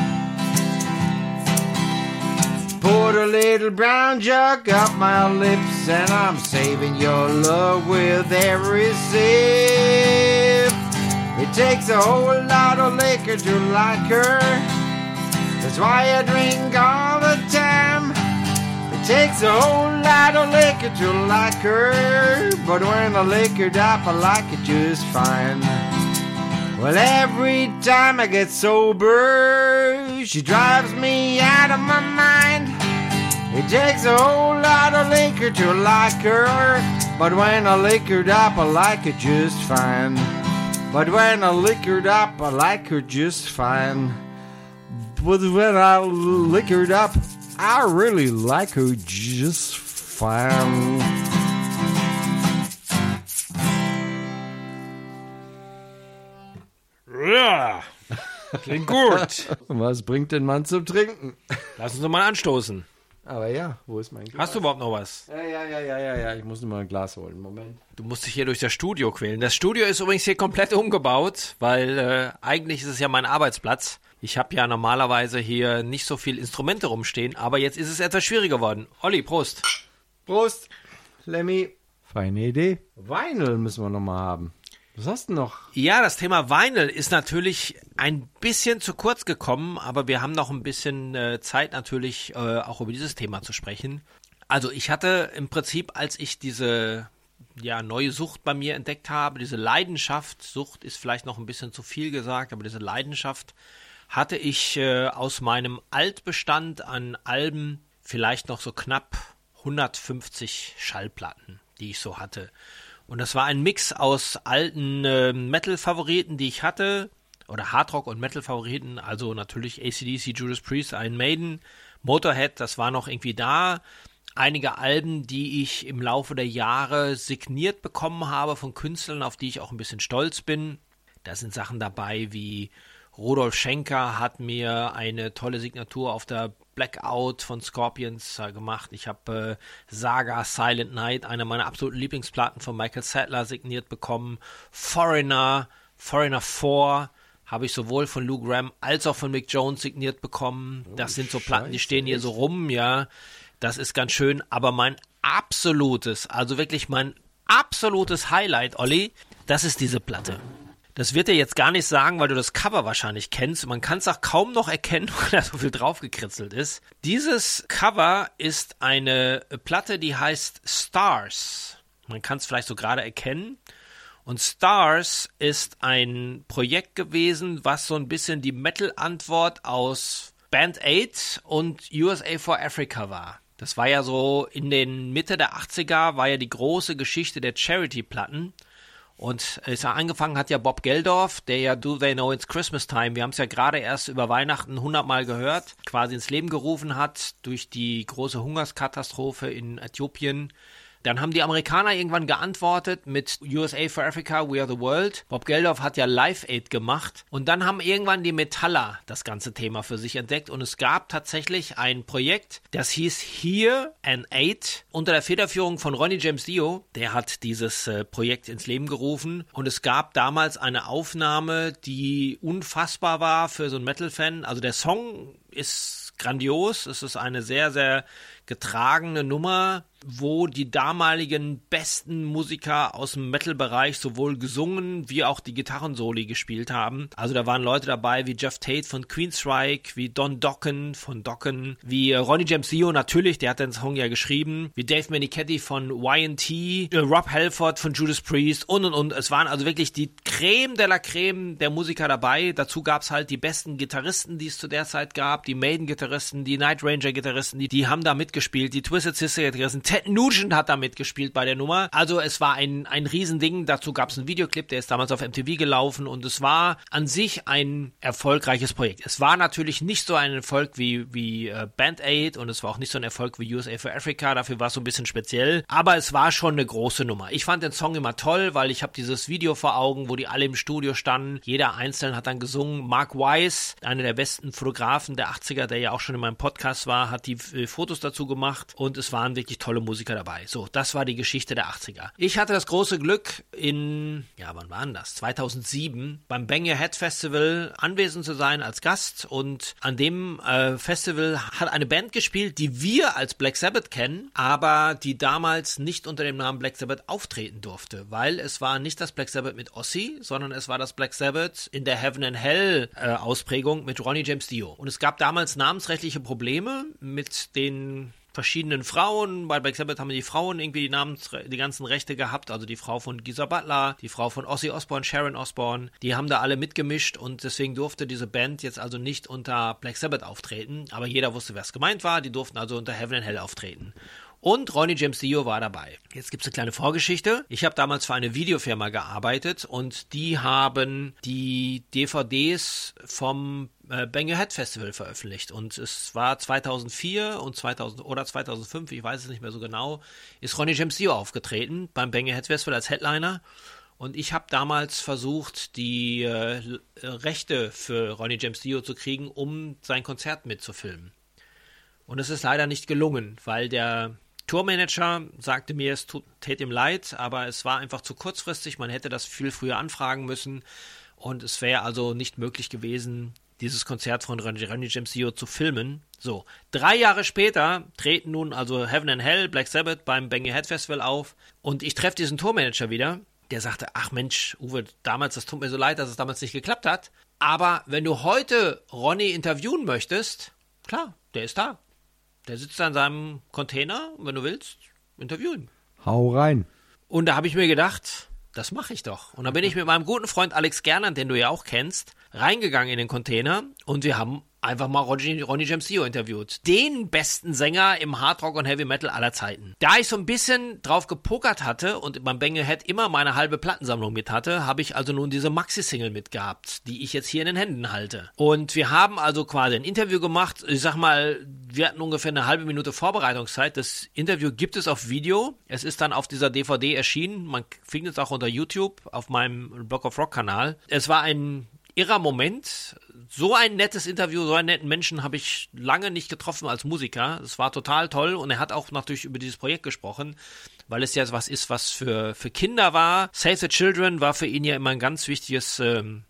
Poured a little brown jug up my lips, and I'm saving your love with every sip. It takes a whole lot of liquor to like her. That's why I drink all the time. It takes a whole lot of liquor to like her. But when I liquored up, I like it just fine. Well, every time I get sober, she drives me out of my mind. It takes a whole lot of liquor to like her. But when I liquored up, I like her just fine. But when I liquored up, I like her just fine. But when I liquored up, I really like her just fine. Ja, klingt gut. Was bringt den Mann zum Trinken? Lass uns doch mal anstoßen. Aber ja, wo ist mein Glas? Hast du überhaupt noch was? Ja. Ich muss nur mal ein Glas holen. Moment. Du musst dich hier durch das Studio quälen. Das Studio ist übrigens hier komplett umgebaut, weil eigentlich ist es ja mein Arbeitsplatz. Ich habe ja normalerweise hier nicht so viel Instrumente rumstehen, aber jetzt ist es etwas schwieriger geworden. Olli, Prost. Prost, Lemmy. Feine Idee. Vinyl müssen wir noch mal haben. Was hast du noch? Ja, das Thema Vinyl ist natürlich ein bisschen zu kurz gekommen, aber wir haben noch ein bisschen Zeit natürlich auch über dieses Thema zu sprechen. Also ich hatte im Prinzip, als ich diese neue Sucht bei mir entdeckt habe, diese Leidenschaft, Sucht ist vielleicht noch ein bisschen zu viel gesagt, aber diese Leidenschaft hatte ich aus meinem Altbestand an Alben vielleicht noch so knapp 150 Schallplatten, die ich so hatte. Und das war ein Mix aus alten Metal-Favoriten, die ich hatte, oder Hardrock- und Metal-Favoriten, also natürlich AC/DC, Judas Priest, Iron Maiden, Motorhead, das war noch irgendwie da. Einige Alben, die ich im Laufe der Jahre signiert bekommen habe von Künstlern, auf die ich auch ein bisschen stolz bin. Da sind Sachen dabei wie Rudolf Schenker hat mir eine tolle Signatur auf der Blackout von Scorpions gemacht. Ich habe Saga, Silent Night, eine meiner absoluten Lieblingsplatten von Michael Sadler signiert bekommen. Foreigner 4 habe ich sowohl von Lou Gramm als auch von Mick Jones signiert bekommen. Das sind so Platten, die stehen hier so rum, ja. Das ist ganz schön. Aber mein absolutes, also wirklich mein absolutes Highlight, Olli, das ist diese Platte. Das wird dir jetzt gar nicht sagen, weil du das Cover wahrscheinlich kennst. Man kann es auch kaum noch erkennen, weil da so viel draufgekritzelt ist. Dieses Cover ist eine Platte, die heißt Stars. Man kann es vielleicht so gerade erkennen. Und Stars ist ein Projekt gewesen, was so ein bisschen die Metal-Antwort aus Band 8 und USA for Africa war. Das war ja so in den Mitte der 80er, war ja die große Geschichte der Charity-Platten. Und angefangen hat ja Bob Geldof, der ja Do They Know It's Christmas Time, wir haben es ja gerade erst über Weihnachten 100-mal gehört, quasi ins Leben gerufen hat durch die große Hungerskatastrophe in Äthiopien. Dann haben die Amerikaner irgendwann geantwortet mit USA for Africa, We Are the World. Bob Geldof hat ja Live Aid gemacht. Und dann haben irgendwann die Metaller das ganze Thema für sich entdeckt. Und es gab tatsächlich ein Projekt, das hieß Here and Aid. Unter der Federführung von Ronnie James Dio. Der hat dieses Projekt ins Leben gerufen. Und es gab damals eine Aufnahme, die unfassbar war für so einen Metal-Fan. Also der Song ist grandios. Es ist eine sehr, sehr getragene Nummer, wo die damaligen besten Musiker aus dem Metal-Bereich sowohl gesungen wie auch die Gitarrensoli gespielt haben. Also da waren Leute dabei wie Jeff Tate von Queensryche, wie Don Dokken von Dokken, wie Ronnie James Dio natürlich, der hat den Song ja geschrieben, wie Dave Meniketti von Y&T, Rob Halford von Judas Priest und. Es waren also wirklich die Creme de la Creme der Musiker dabei. Dazu gab es halt die besten Gitarristen, die es zu der Zeit gab, die Maiden-Gitarristen, die Night Ranger-Gitarristen, die haben da mitgespielt, die Twisted Sister-Gitarristen. Ted Nugent hat da mitgespielt bei der Nummer. Also es war ein Riesending. Dazu gab es einen Videoclip, der ist damals auf MTV gelaufen und es war an sich ein erfolgreiches Projekt. Es war natürlich nicht so ein Erfolg wie Band 8 und es war auch nicht so ein Erfolg wie USA for Africa. Dafür war es so ein bisschen speziell. Aber es war schon eine große Nummer. Ich fand den Song immer toll, weil ich habe dieses Video vor Augen, wo die alle im Studio standen. Jeder einzeln hat dann gesungen. Mark Weiss, einer der besten Fotografen der 80er, der ja auch schon in meinem Podcast war, hat die Fotos dazu gemacht und es waren wirklich tolle Musiker dabei. So, das war die Geschichte der 80er. Ich hatte das große Glück wann war denn das? 2007 beim Bang Your Head Festival anwesend zu sein als Gast und an dem Festival hat eine Band gespielt, die wir als Black Sabbath kennen, aber die damals nicht unter dem Namen Black Sabbath auftreten durfte, weil es war nicht das Black Sabbath mit Ozzy, sondern es war das Black Sabbath in der Heaven and Hell Ausprägung mit Ronnie James Dio. Und es gab damals namensrechtliche Probleme mit den verschiedenen Frauen. Bei Black Sabbath haben die Frauen irgendwie die ganzen Rechte gehabt, also die Frau von Geezer Butler, die Frau von Ozzy Osbourne, Sharon Osbourne, die haben da alle mitgemischt und deswegen durfte diese Band jetzt also nicht unter Black Sabbath auftreten, aber jeder wusste, wer es gemeint war, die durften also unter Heaven and Hell auftreten. Und Ronnie James Dio war dabei. Jetzt gibt es eine kleine Vorgeschichte. Ich habe damals für eine Videofirma gearbeitet und die haben die DVDs vom Bang Your Head Festival veröffentlicht. Und es war 2004 und 2005, ich weiß es nicht mehr so genau, ist Ronnie James Dio aufgetreten beim Bang Your Head Festival als Headliner. Und ich habe damals versucht, die Rechte für Ronnie James Dio zu kriegen, um sein Konzert mitzufilmen. Und es ist leider nicht gelungen, weil der Tourmanager sagte mir, es tät ihm leid, aber es war einfach zu kurzfristig, man hätte das viel früher anfragen müssen und es wäre also nicht möglich gewesen, dieses Konzert von Ronnie James Dio zu filmen. So, 3 Jahre später treten nun also Heaven and Hell, Black Sabbath beim Bang Your Head Festival auf und ich treffe diesen Tourmanager wieder, der sagte, ach Mensch, Uwe, das tut mir so leid, dass es damals nicht geklappt hat, aber wenn du heute Ronnie interviewen möchtest, klar, der ist da. Der sitzt da in seinem Container und wenn du willst, interview ihn. Hau rein. Und da habe ich mir gedacht, das mache ich doch. Und dann bin ich mit meinem guten Freund Alex Gernand, den du ja auch kennst, reingegangen in den Container und wir haben einfach mal Ronnie James Dio interviewt. Den besten Sänger im Hardrock und Heavy Metal aller Zeiten. Da ich so ein bisschen drauf gepokert hatte und beim Bang Your Head immer meine halbe Plattensammlung mit hatte, habe ich also nun diese Maxi-Single mitgehabt, die ich jetzt hier in den Händen halte. Und wir haben also quasi ein Interview gemacht. Ich sag mal, wir hatten ungefähr eine halbe Minute Vorbereitungszeit. Das Interview gibt es auf Video. Es ist dann auf dieser DVD erschienen. Man findet es auch unter YouTube auf meinem Block of Rock Kanal. Es war ein irrer Moment. So ein nettes Interview, so einen netten Menschen habe ich lange nicht getroffen als Musiker. Es war total toll und er hat auch natürlich über dieses Projekt gesprochen, weil es ja was ist, was für Kinder war. Save the Children war für ihn ja immer ein ganz wichtiges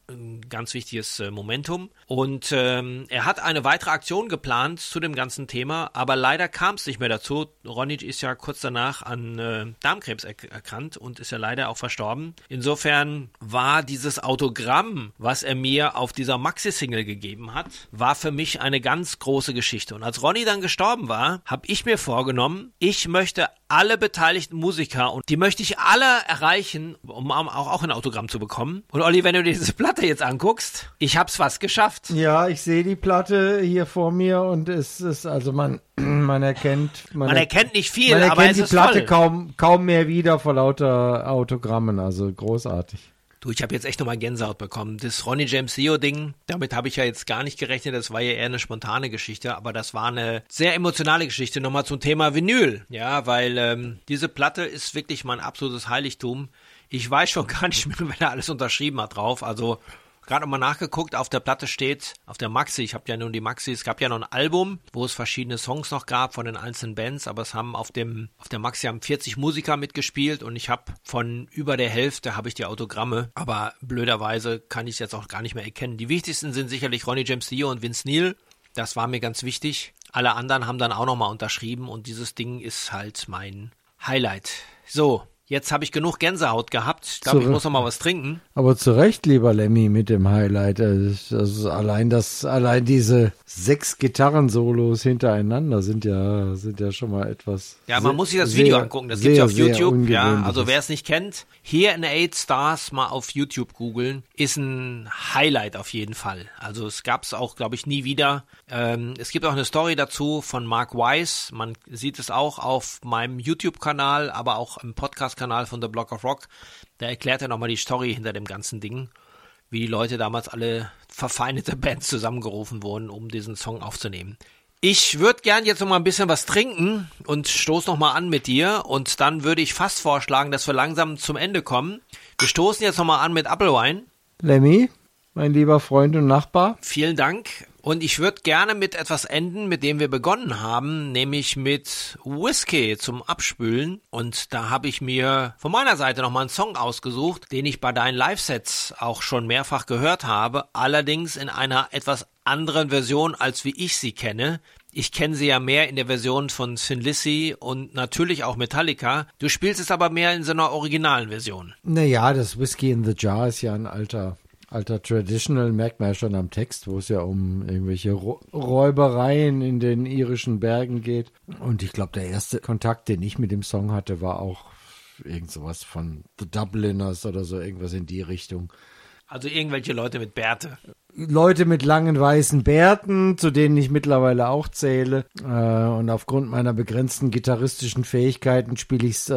ein ganz wichtiges Momentum. Und er hat eine weitere Aktion geplant zu dem ganzen Thema, aber leider kam es nicht mehr dazu. Ronny ist ja kurz danach an Darmkrebs erkrankt und ist ja leider auch verstorben. Insofern war dieses Autogramm, was er mir auf dieser Maxi-Single gegeben hat, war für mich eine ganz große Geschichte. Und als Ronny dann gestorben war, habe ich mir vorgenommen, ich möchte alle beteiligten Musiker und die möchte ich alle erreichen, um auch ein Autogramm zu bekommen. Und Olli, wenn du dir diese Platte jetzt anguckst, ich hab's fast geschafft. Ja, ich sehe die Platte hier vor mir und es ist, also man erkennt... Man erkennt nicht viel, aber es ist voll. Man erkennt die Platte kaum mehr wieder vor lauter Autogrammen, also großartig. Du, ich habe jetzt echt nochmal Gänsehaut bekommen. Das Ronny James Dio-Ding, damit habe ich ja jetzt gar nicht gerechnet. Das war ja eher eine spontane Geschichte, aber das war eine sehr emotionale Geschichte. Nochmal zum Thema Vinyl. Ja, weil diese Platte ist wirklich mein absolutes Heiligtum. Ich weiß schon gar nicht mehr, wer da alles unterschrieben hat drauf. Also gerade nochmal nachgeguckt, auf der Platte steht, auf der Maxi, ich habe ja nun die Maxi, es gab ja noch ein Album, wo es verschiedene Songs noch gab von den einzelnen Bands, aber es haben auf der Maxi haben 40 Musiker mitgespielt und ich habe von über der Hälfte habe ich die Autogramme, aber blöderweise kann ich es jetzt auch gar nicht mehr erkennen. Die wichtigsten sind sicherlich Ronny James Dio und Vince Neil, das war mir ganz wichtig. Alle anderen haben dann auch nochmal unterschrieben und dieses Ding ist halt mein Highlight. So. Jetzt habe ich genug Gänsehaut gehabt. Ich glaube, ich muss noch mal was trinken. Aber zu Recht, lieber Lemmy, mit dem Highlight. Also allein diese 6 Gitarren-Solos hintereinander sind ja schon mal etwas. Ja, man muss sich das Video angucken. Das gibt's ja auf YouTube. Ja, also wer es nicht kennt, Here in the 8 Stars mal auf YouTube googeln, ist ein Highlight auf jeden Fall. Also es gab's auch, glaube ich, nie wieder. Es gibt auch eine Story dazu von Mark Weiss. Man sieht es auch auf meinem YouTube-Kanal, aber auch im Podcast-Kanal von The Block of Rock. Da erklärt er nochmal die Story hinter dem ganzen Ding, wie die Leute damals alle verfeindete Bands zusammengerufen wurden, um diesen Song aufzunehmen. Ich würde gern jetzt noch mal ein bisschen was trinken und stoß noch mal an mit dir und dann würde ich fast vorschlagen, dass wir langsam zum Ende kommen. Wir stoßen jetzt noch mal an mit Apfelwein. Lemmy, mein lieber Freund und Nachbar. Vielen Dank. Und ich würde gerne mit etwas enden, mit dem wir begonnen haben, nämlich mit Whisky zum Abspülen. Und da habe ich mir von meiner Seite nochmal einen Song ausgesucht, den ich bei deinen Live-Sets auch schon mehrfach gehört habe, allerdings in einer etwas anderen Version, als wie ich sie kenne. Ich kenne sie ja mehr in der Version von Thin Lizzy und natürlich auch Metallica. Du spielst es aber mehr in so einer originalen Version. Naja, das Whiskey in the Jar ist ja ein alter Traditional, merkt man ja schon am Text, wo es ja um irgendwelche Räubereien in den irischen Bergen geht. Und ich glaube, der erste Kontakt, den ich mit dem Song hatte, war auch irgend sowas von The Dubliners oder so, irgendwas in die Richtung. Also irgendwelche Leute mit Bärte. Leute mit langen weißen Bärten, zu denen ich mittlerweile auch zähle. Und aufgrund meiner begrenzten gitarristischen Fähigkeiten spiele ich es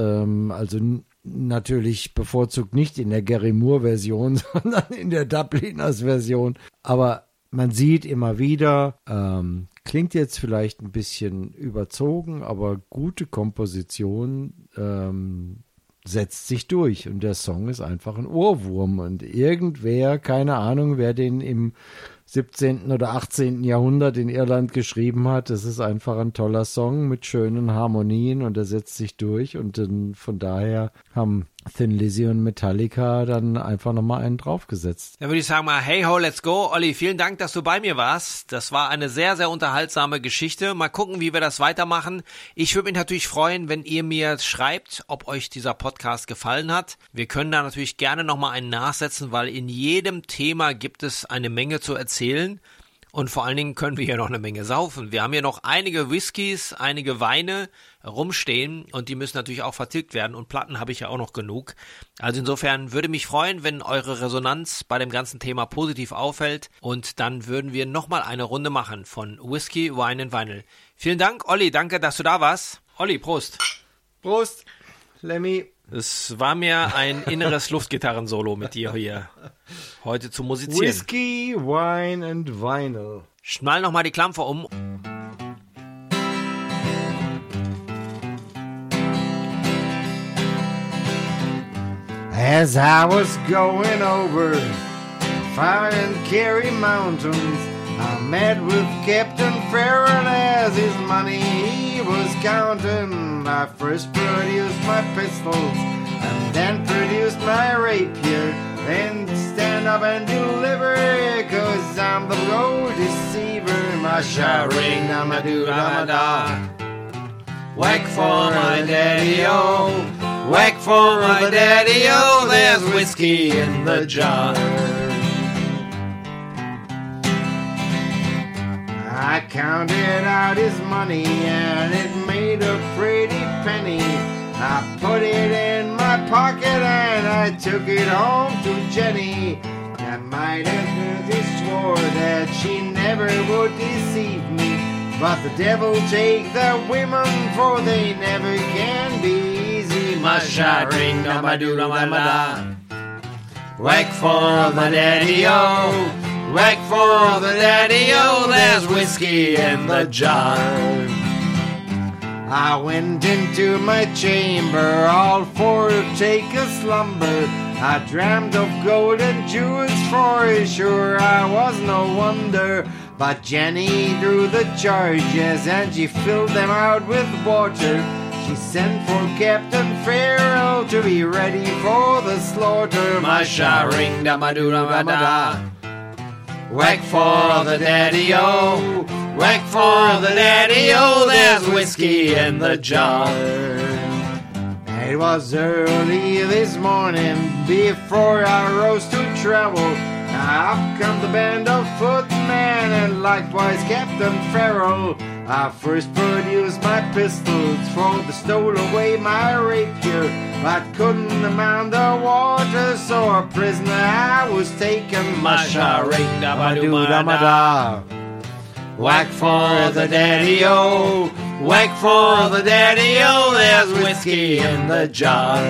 natürlich bevorzugt nicht in der Gary Moore-Version, sondern in der Dubliners-Version. Aber man sieht immer wieder, klingt jetzt vielleicht ein bisschen überzogen, aber gute Komposition setzt sich durch. Und der Song ist einfach ein Ohrwurm. Und irgendwer, keine Ahnung, wer den im 17. oder 18. Jahrhundert in Irland geschrieben hat. Das ist einfach ein toller Song mit schönen Harmonien und er setzt sich durch und dann von daher haben Thin Lizzy und Metallica dann einfach nochmal einen draufgesetzt. Dann würde ich sagen mal, hey ho, let's go. Olli, vielen Dank, dass du bei mir warst. Das war eine sehr, sehr unterhaltsame Geschichte. Mal gucken, wie wir das weitermachen. Ich würde mich natürlich freuen, wenn ihr mir schreibt, ob euch dieser Podcast gefallen hat. Wir können da natürlich gerne nochmal einen nachsetzen, weil in jedem Thema gibt es eine Menge zu erzählen. Und vor allen Dingen können wir hier noch eine Menge saufen. Wir haben hier noch einige Whiskys, einige Weine rumstehen und die müssen natürlich auch vertilgt werden und Platten habe ich ja auch noch genug. Also insofern würde mich freuen, wenn eure Resonanz bei dem ganzen Thema positiv auffällt und dann würden wir nochmal eine Runde machen von Whisky, Wine und Vinyl. Vielen Dank, Olli, danke, dass du da warst. Olli, Prost. Prost, Lemmy. Es war mir ein inneres Luftgitarren-Solo mit dir hier heute zu musizieren. Whisky, Wine and Vinyl. Schnall nochmal die Klampe um. As I was going over Fire and Kerry Mountains, I met with Captain Farrell as his money he was counting. I first produced my pistols and then produced my rapier then stand up and deliver, 'cause I'm the road deceiver. Ma-sha-ring-a-ma-doo-da-ma-da. Whack for my daddy-o, whack for my daddy-o, there's whiskey in the jar. I counted out his money and it made a pretty penny. I put it in my pocket and I took it home to Jenny. I might have swore that she never would deceive me, but the devil take the women, for they never can be easy. Ma-sha-ring-a-ma-doo-da-ma-da. Whack for the daddy-o, whack for the daddy-o, there's whiskey in the jar. I went into my chamber all for to take a slumber. I dreamt of gold and jewels, for sure I was no wonder. But Jenny drew the charges and she filled them out with water. She sent for Captain Farrell to be ready for the slaughter. Ma-sha-ring-da-ma-doo-da-ma-da. Whack for the daddy-o, whack for the daddy-o, there's whiskey in the jar. It was early this morning before I rose to travel. Now up come the band of footmen and likewise Captain Farrell. I first produced my pistols for the stole away my rapier, but couldn't amount the water, so a prisoner I was taken. Ma-sha-ring-da-ma-doo-da-ma-da. Whack for the daddy-o, whack for the daddy-o, there's whiskey in the jar.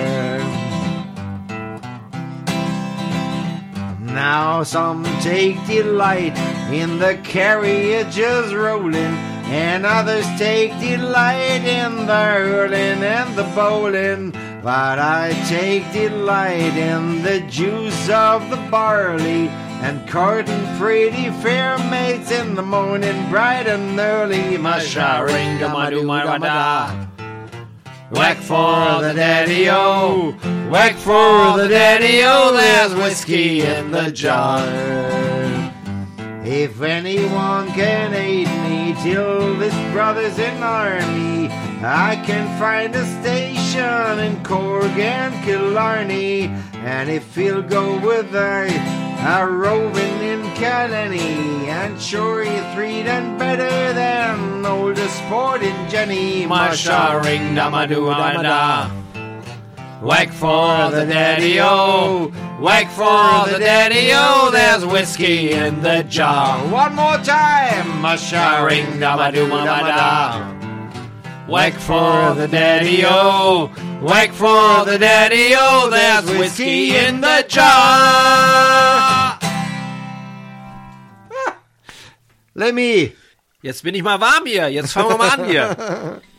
Now some take delight in the carriages rolling, and others take delight in the hurling and the bowling. But I take delight in the juice of the barley, and courting pretty fair maids in the morning bright and early. Ma-sha-ring-a-ma-doo-ma-da. Whack for the daddy-o, whack for the daddy-o, there's whiskey in the jar. If anyone can aid me till this brother's in army, I can find a station in Cork and Killarney, and if he'll go with a roving in Killarney, and sure he'll treat and better than older sporting Jenny. Ma-sha-ring-da-ma-doo-da-ma-da. Whack for the daddy-o, whack for the daddy-o, there's whiskey in the jar. One more time. Ma-sha-ring-da-ma-doo-ma-da. Whack for the daddy-o, whack for the daddy-o, there's whiskey in the jar. Lemmy. Jetzt bin ich mal warm hier. Jetzt fangen wir mal an hier.